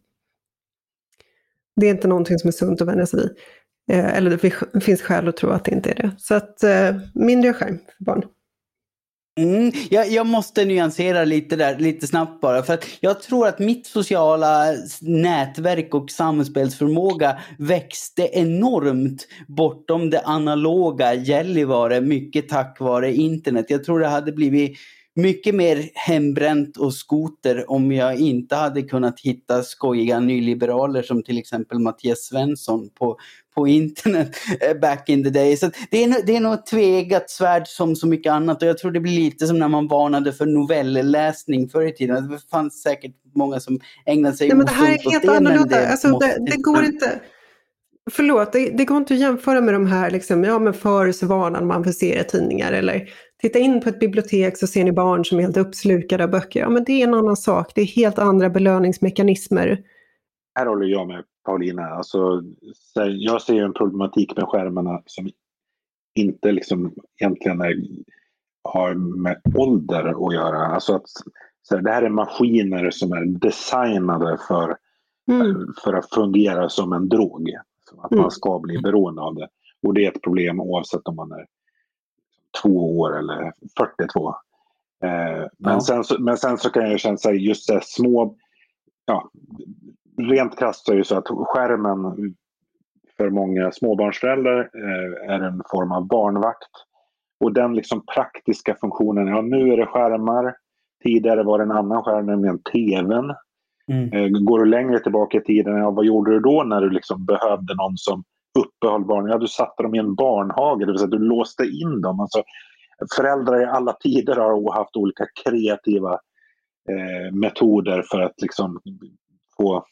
det är inte någonting som är sunt att vänja sig vid. Eh, eller det finns skäl att tro att det inte är det. Så att eh, mindre skärm för barn. Mm, jag, jag måste nyansera lite där, lite snabbt bara. För att jag tror att mitt sociala nätverk och samspelsförmåga växte enormt bortom det analoga Gällivare, mycket tack vare internet. Jag tror det hade blivit mycket mer hembränt och skoter om jag inte hade kunnat hitta skojiga nyliberaler som till exempel Mattias Svensson på, på internet back in the day. Så det är, det är nog ett tvegat svärd som så mycket annat, och jag tror det blir lite som när man varnade för novellläsning förr i tiden. Det fanns säkert många som ägnade sig Nej, men det här är helt det, annorlunda. det, alltså, det, det går inte... Förlåt, det, det går inte att jämföra med de här liksom, ja, men förutvanan man får se i tidningar, eller titta in på ett bibliotek så ser ni barn som är helt uppslukade av böcker. Ja, men det är en annan sak. Det är helt andra belöningsmekanismer. Här håller jag med Paulina. Alltså, jag ser en problematik med skärmarna som inte liksom egentligen är, har med ålder att göra. Alltså att, så här, det här är maskiner som är designade för, mm. för att fungera som en drog. Att man ska bli beroende av det. Och det är ett problem oavsett om man är två år eller fyrtiotvå. Eh, men, ja. sen så, men sen så kan jag känna sig just det små, ja, rent krasst så är det så att skärmen för många småbarnsföräldrar eh, är en form av barnvakt. Och den liksom praktiska funktionen, ja nu är det skärmar, tidigare var det en annan skärm, nämligen tvn. Mm. Eh, går du längre tillbaka i tiden, ja, vad gjorde du då när du liksom behövde någon som uppehöll barn? Ja, du satte dem i en barnhage, det vill säga du låste in dem. Alltså, föräldrar i alla tider har haft olika kreativa eh, metoder för att liksom få,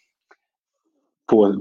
få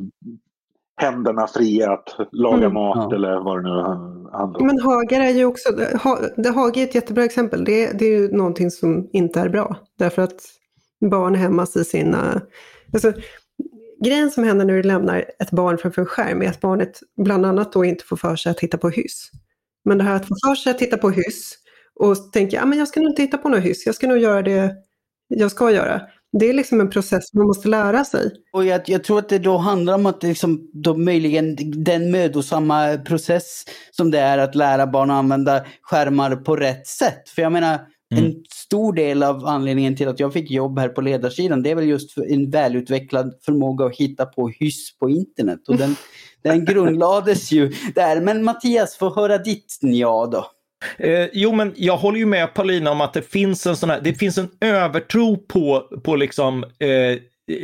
händerna fria att laga mm, mat ja. eller vad det nu handlar om. Men hagar är ju också, det Hage är ett jättebra exempel. Det, det är ju någonting som inte är bra. Därför att barn hämmas i sina... Alltså, grejen som händer när du lämnar ett barn framför en skärm är att barnet bland annat då inte får för sig att titta på hyss. Men det här att få för sig att titta på hyss och tänka, ja men jag ska nog inte titta på något hyss, jag ska nog göra det jag ska göra. Det är liksom en process man måste lära sig. Och jag, jag tror att det då handlar om att det liksom, då möjligen den mödosamma process som det är att lära barn att använda skärmar på rätt sätt. För jag menar, mm. en stor del av anledningen till att jag fick jobb här på ledarsidan, det är väl just en välutvecklad förmåga att hitta på hyss på internet. Och den, den grundlades ju där. Men Mattias, får höra ditt ja då. Eh, jo, men jag håller ju med Paulina om att det finns en sån här, det finns en övertro på, på liksom eh,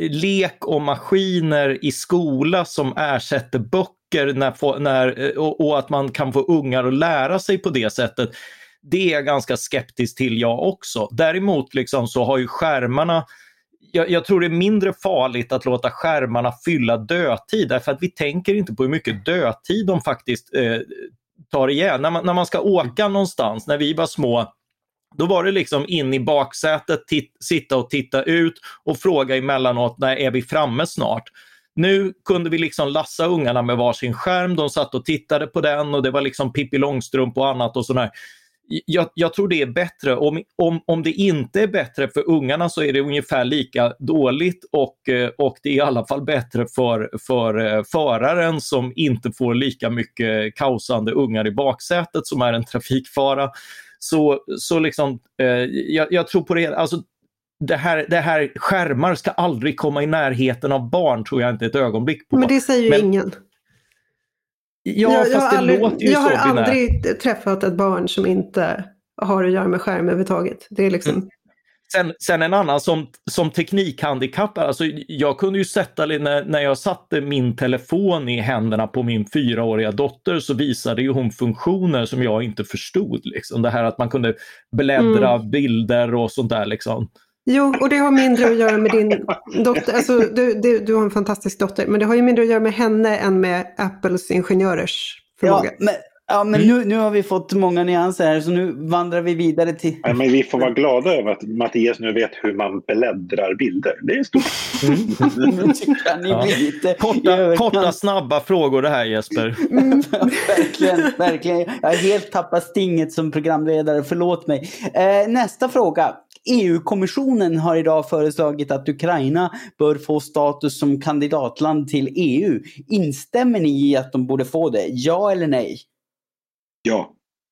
lek och maskiner i skola som ersätter böcker när, när, och, och att man kan få ungar att lära sig på det sättet. Det är jag ganska skeptisk till jag också. Däremot liksom så har ju skärmarna, jag, jag tror det är mindre farligt att låta skärmarna fylla dödtid, därför att vi tänker inte på hur mycket dödtid de faktiskt eh, tar igen. När man, när man ska åka någonstans, när vi var små, då var det liksom in i baksätet, tit, sitta och titta ut och fråga emellanåt, när är vi framme snart? Nu kunde vi liksom lassa ungarna med varsin skärm, de satt och tittade på den och det var liksom Pippi Långstrump och annat och sådär. Jag, jag tror det är bättre. Om, om, om det inte är bättre för ungarna så är det ungefär lika dåligt, och, och det är i alla fall bättre för, för föraren som inte får lika mycket kaosande ungar i baksätet som är en trafikfara. Så, så liksom, eh, jag, jag tror på det. Alltså, det här, det här skärmar ska aldrig komma i närheten av barn, tror jag inte ett ögonblick på. Men det säger ju Men, ingen. Ja, jag, fast det aldrig, låter ju jag så. Jag har aldrig binär. träffat ett barn som inte har att göra med skärm överhuvudtaget. Det är liksom... Mm. Sen, sen en annan som, som teknikhandikapp, alltså jag kunde ju sätta, när, när jag satte min telefon i händerna på min fyraåriga dotter, så visade ju hon funktioner som jag inte förstod. Liksom. Det här att man kunde bläddra mm. bilder och sånt där liksom. Jo, och det har mindre att göra med din dotter. Alltså, du, du, du har en fantastisk dotter, men det har ju mindre att göra med henne än med Apples ingenjörers förmåga. Ja, men, ja, men mm. nu, nu har vi fått många nyanser här, så nu vandrar vi vidare till... Ja, men vi får vara glada över att Mattias nu vet hur man bläddrar bilder. Det är stort. Mm. Ni ja. blir lite korta, korta, snabba frågor det här, Jesper. Mm. verkligen, verkligen. Jag har helt tappat stinget som programledare, förlåt mig. Eh, nästa fråga. E U-kommissionen har idag föreslagit att Ukraina bör få status som kandidatland till E U. Instämmer ni i att de borde få det? Ja eller nej? Ja.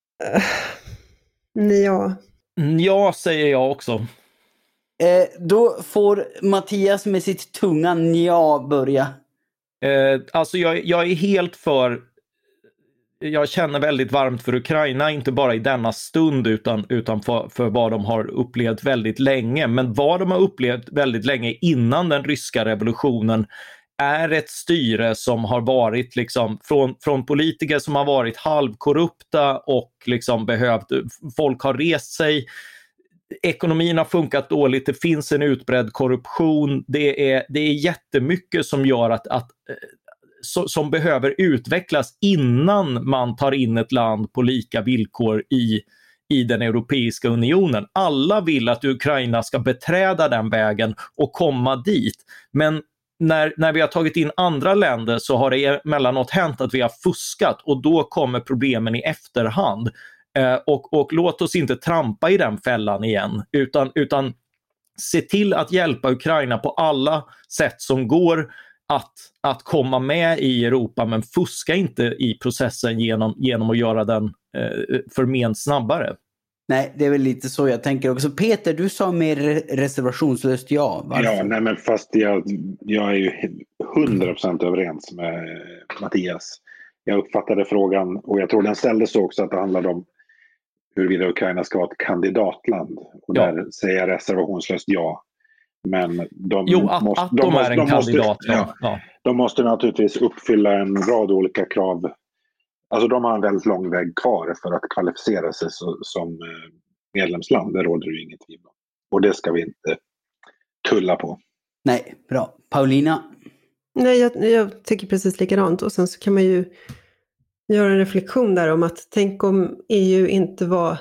Uh, ja. Ja, säger jag också. Eh, då får Mattias med sitt tunga ja börja. Eh, alltså jag, jag är helt för... jag känner väldigt varmt för Ukraina, inte bara i denna stund utan, utan för, för vad de har upplevt väldigt länge. Men vad de har upplevt väldigt länge innan den ryska revolutionen är ett styre som har varit liksom från, från politiker som har varit halvkorrupta och liksom behövt, folk har rest sig, ekonomin har funkat dåligt, det finns en utbredd korruption, det är, det är jättemycket som gör att, att som behöver utvecklas innan man tar in ett land på lika villkor i, i den Europeiska unionen. Alla vill att Ukraina ska beträda den vägen och komma dit. Men när, när vi har tagit in andra länder så har det emellanåt hänt att vi har fuskat och då kommer problemen i efterhand. Eh, och, och låt oss inte trampa i den fällan igen utan, utan se till att hjälpa Ukraina på alla sätt som går Att, att komma med i Europa, men fuska inte i processen genom, genom att göra den eh, förment snabbare. Nej, det är väl lite så jag tänker också. Peter, du sa mer reservationslöst ja. Varför? Ja, nej men fast jag, jag är ju hundra procent överens med Mattias. Jag uppfattade frågan, och jag tror den ställdes så också, att det handlade om huruvida Ukraina ska vara ett kandidatland. Och ja. där säger jag reservationslöst ja. Men de jo, att, måste, att de, de måste, är en de kandidat. Måste, ja, ja. De måste naturligtvis uppfylla en rad olika krav. Alltså de har en väldigt lång väg kvar för att kvalificera sig så, som medlemsland. Det råder ju inget tvivel om. Och det ska vi inte tulla på. Nej, bra. Paulina? Nej, jag, jag tycker precis likadant. Och sen så kan man ju göra en reflektion där om att tänk om E U inte var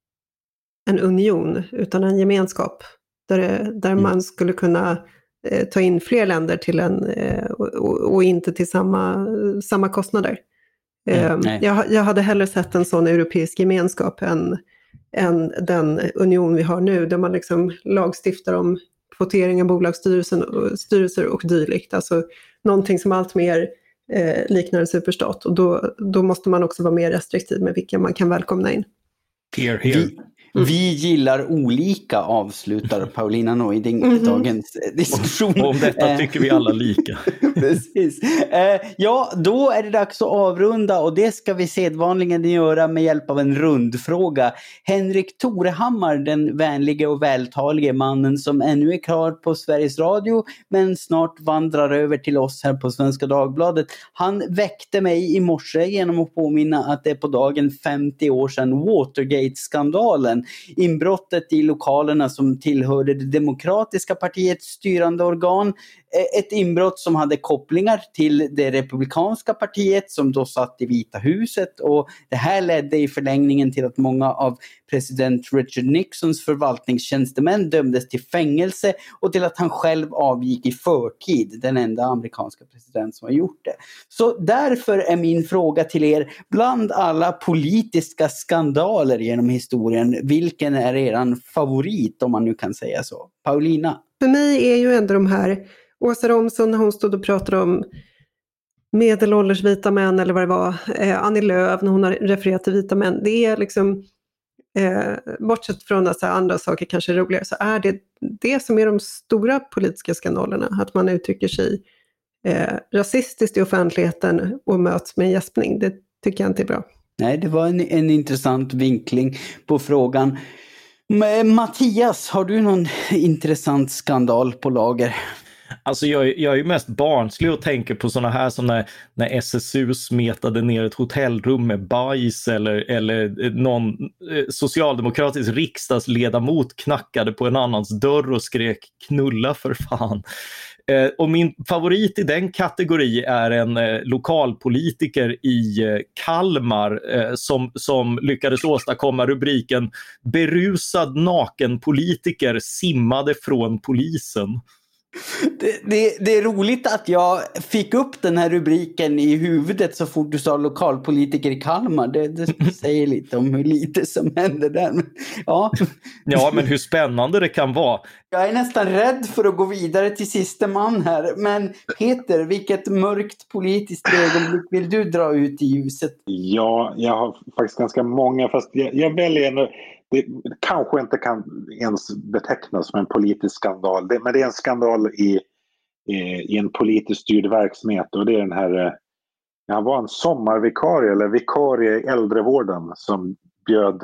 en union utan en gemenskap. Där, där mm. man skulle kunna eh, ta in fler länder till en, eh, och, och inte till samma, samma kostnader. Eh, mm, jag, jag hade hellre sett en sån europeisk gemenskap än, än den union vi har nu. Där man liksom lagstiftar om kvotering av bolagsstyrelser och dylikt. Alltså någonting som allt mer eh, liknar en superstat. Och då, då måste man också vara mer restriktiv med vilka man kan välkomna in. Here, here. Vi, mm. vi gillar olika, avslutar Paulina Neuding i mm-hmm. dagens diskussion. Och om detta tycker vi alla lika. Precis. Eh, ja, då är det dags att avrunda och det ska vi sedvanligen göra med hjälp av en rundfråga. Henrik Torehammar, den vänliga och vältalige mannen som ännu är klar på Sveriges Radio men snart vandrar över till oss här på Svenska Dagbladet. Han väckte mig i morse genom att påminna att det är på dagen femtio år sedan Watergate-skandalen. Inbrottet i lokalerna som tillhörde det demokratiska partiets styrande organ. Ett inbrott som hade kopplingar till det republikanska partiet som då satt i Vita huset, och det här ledde i förlängningen till att många av president Richard Nixons förvaltningstjänstemän dömdes till fängelse och till att han själv avgick i förtid, den enda amerikanska president som har gjort det. Så därför är min fråga till er, bland alla politiska skandaler genom historien, vilken är eran favorit, om man nu kan säga så? Paulina? För mig är ju ändå de här Åsa Romson, när hon stod och pratade om medelålders vita män eller vad det var, eh, Annie Lööf när hon har refererat till vita män, det är liksom eh, bortsett från att så här, andra saker kanske är roligare, så är det det som är de stora politiska skandalerna, att man uttrycker sig eh, rasistiskt i offentligheten och möts med en gäspning. Det tycker jag inte är bra. Nej, det var en, en intressant vinkling på frågan. Mattias, har du någon intressant skandal på lager? Alltså jag, jag är ju mest barnslig och tänker på såna här som när, när S S U smetade ner ett hotellrum med bajs eller, eller någon eh, socialdemokratisk riksdagsledamot knackade på en annans dörr och skrek knulla för fan. Eh, och min favorit i den kategori är en eh, lokalpolitiker i eh, Kalmar eh, som, som lyckades åstadkomma rubriken berusad nakenpolitiker simmade från polisen. Det, det, det är roligt att jag fick upp den här rubriken i huvudet så fort du sa lokalpolitiker i Kalmar. Det, det säger lite om hur lite som händer där. Ja. ja, men hur spännande det kan vara. Jag är nästan rädd för att gå vidare till sista man här. Men Peter, vilket mörkt politiskt ögonblick vill du dra ut i ljuset? Ja, jag har faktiskt ganska många, fast jag, jag väljer en... Det kanske inte kan ens betecknas som en politisk skandal, det, men det är en skandal i, i, i en politiskt styrd verksamhet, och det är den här Han var en sommarvikarie eller vikarie i äldrevården som bjöd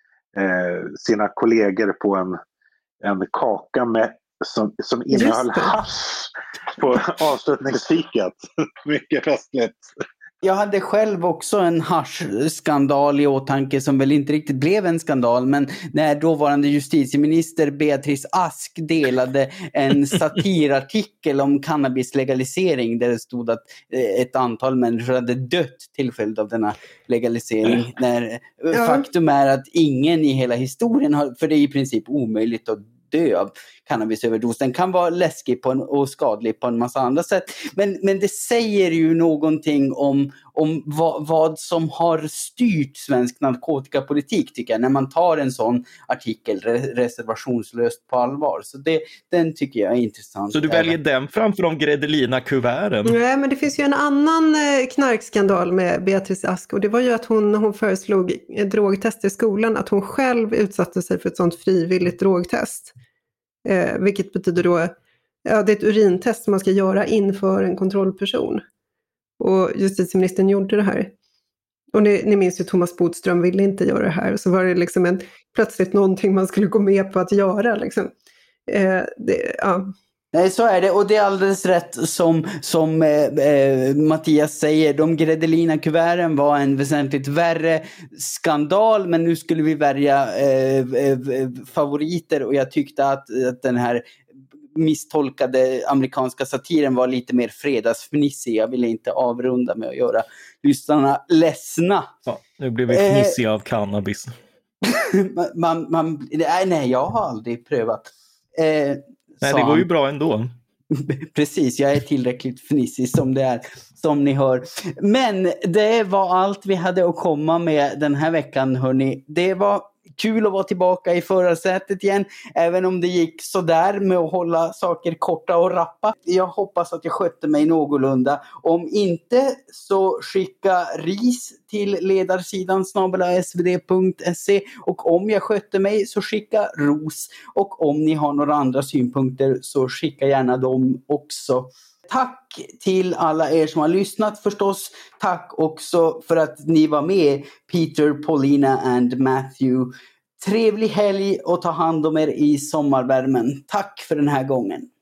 eh, sina kollegor på en, en kaka med, som, som innehöll hasch på avslutningsfikat. Mycket festligt. Jag hade själv också en haschskandal i åtanke som väl inte riktigt blev en skandal, men när dåvarande justitieminister Beatrice Ask delade en satirartikel om cannabislegalisering där det stod att ett antal människor hade dött till följd av denna legalisering. När ja. Faktum är att ingen i hela historien har, för det är i princip omöjligt att dö av cannabisöverdos. Den kan vara läskig på en, och skadlig på en massa andra sätt. Men, men det säger ju någonting om, om vad, vad som har styrt svensk narkotikapolitik, tycker jag, när man tar en sån artikel reservationslöst på allvar. Så det, den tycker jag är intressant. Så du väljer även den framför de Gredelina-kuverten? Nej, men det finns ju en annan knarkskandal med Beatrice Ask, och det var ju att hon, när hon föreslog drogtest i skolan, att hon själv utsatte sig för ett sånt frivilligt drogtest. Eh, vilket betyder då, ja, det är ett urintest som man ska göra inför en kontrollperson. Och justitieministern gjorde det här. Och ni, ni minns ju Thomas Bodström ville inte göra det här. Så var det liksom en, plötsligt någonting man skulle gå med på att göra. Liksom. Eh, det, ja. Nej, så är det, och det är alldeles rätt som, som eh, Mattias säger. De Gredelina-kuverten var en väsentligt värre skandal, men nu skulle vi välja eh, eh, favoriter, och jag tyckte att, att den här misstolkade amerikanska satiren var lite mer fredagsfnissig. Jag ville inte avrunda med att göra lyssnarna ledsna. Ja, nu blev vi fnissiga eh, av cannabis. man, man, nej, nej, jag har aldrig prövat. Eh, Nej, det går ju bra ändå. Precis, jag är tillräckligt fnissig som det är, som ni hör. Men det var allt vi hade att komma med den här veckan, hörni. Det var kul att vara tillbaka i förarsätet igen, även om det gick så där med att hålla saker korta och rappa. Jag hoppas att jag skötte mig någorlunda. Om inte, så skicka ris till ledarsidan snabel-a s v d punkt se, och om jag skötte mig så skicka ros, och om ni har några andra synpunkter så skicka gärna dem också. Tack till alla er som har lyssnat förstås. Tack också för att ni var med, Peter, Paulina and Matthew. Trevlig helg och ta hand om er i sommarvärmen. Tack för den här gången.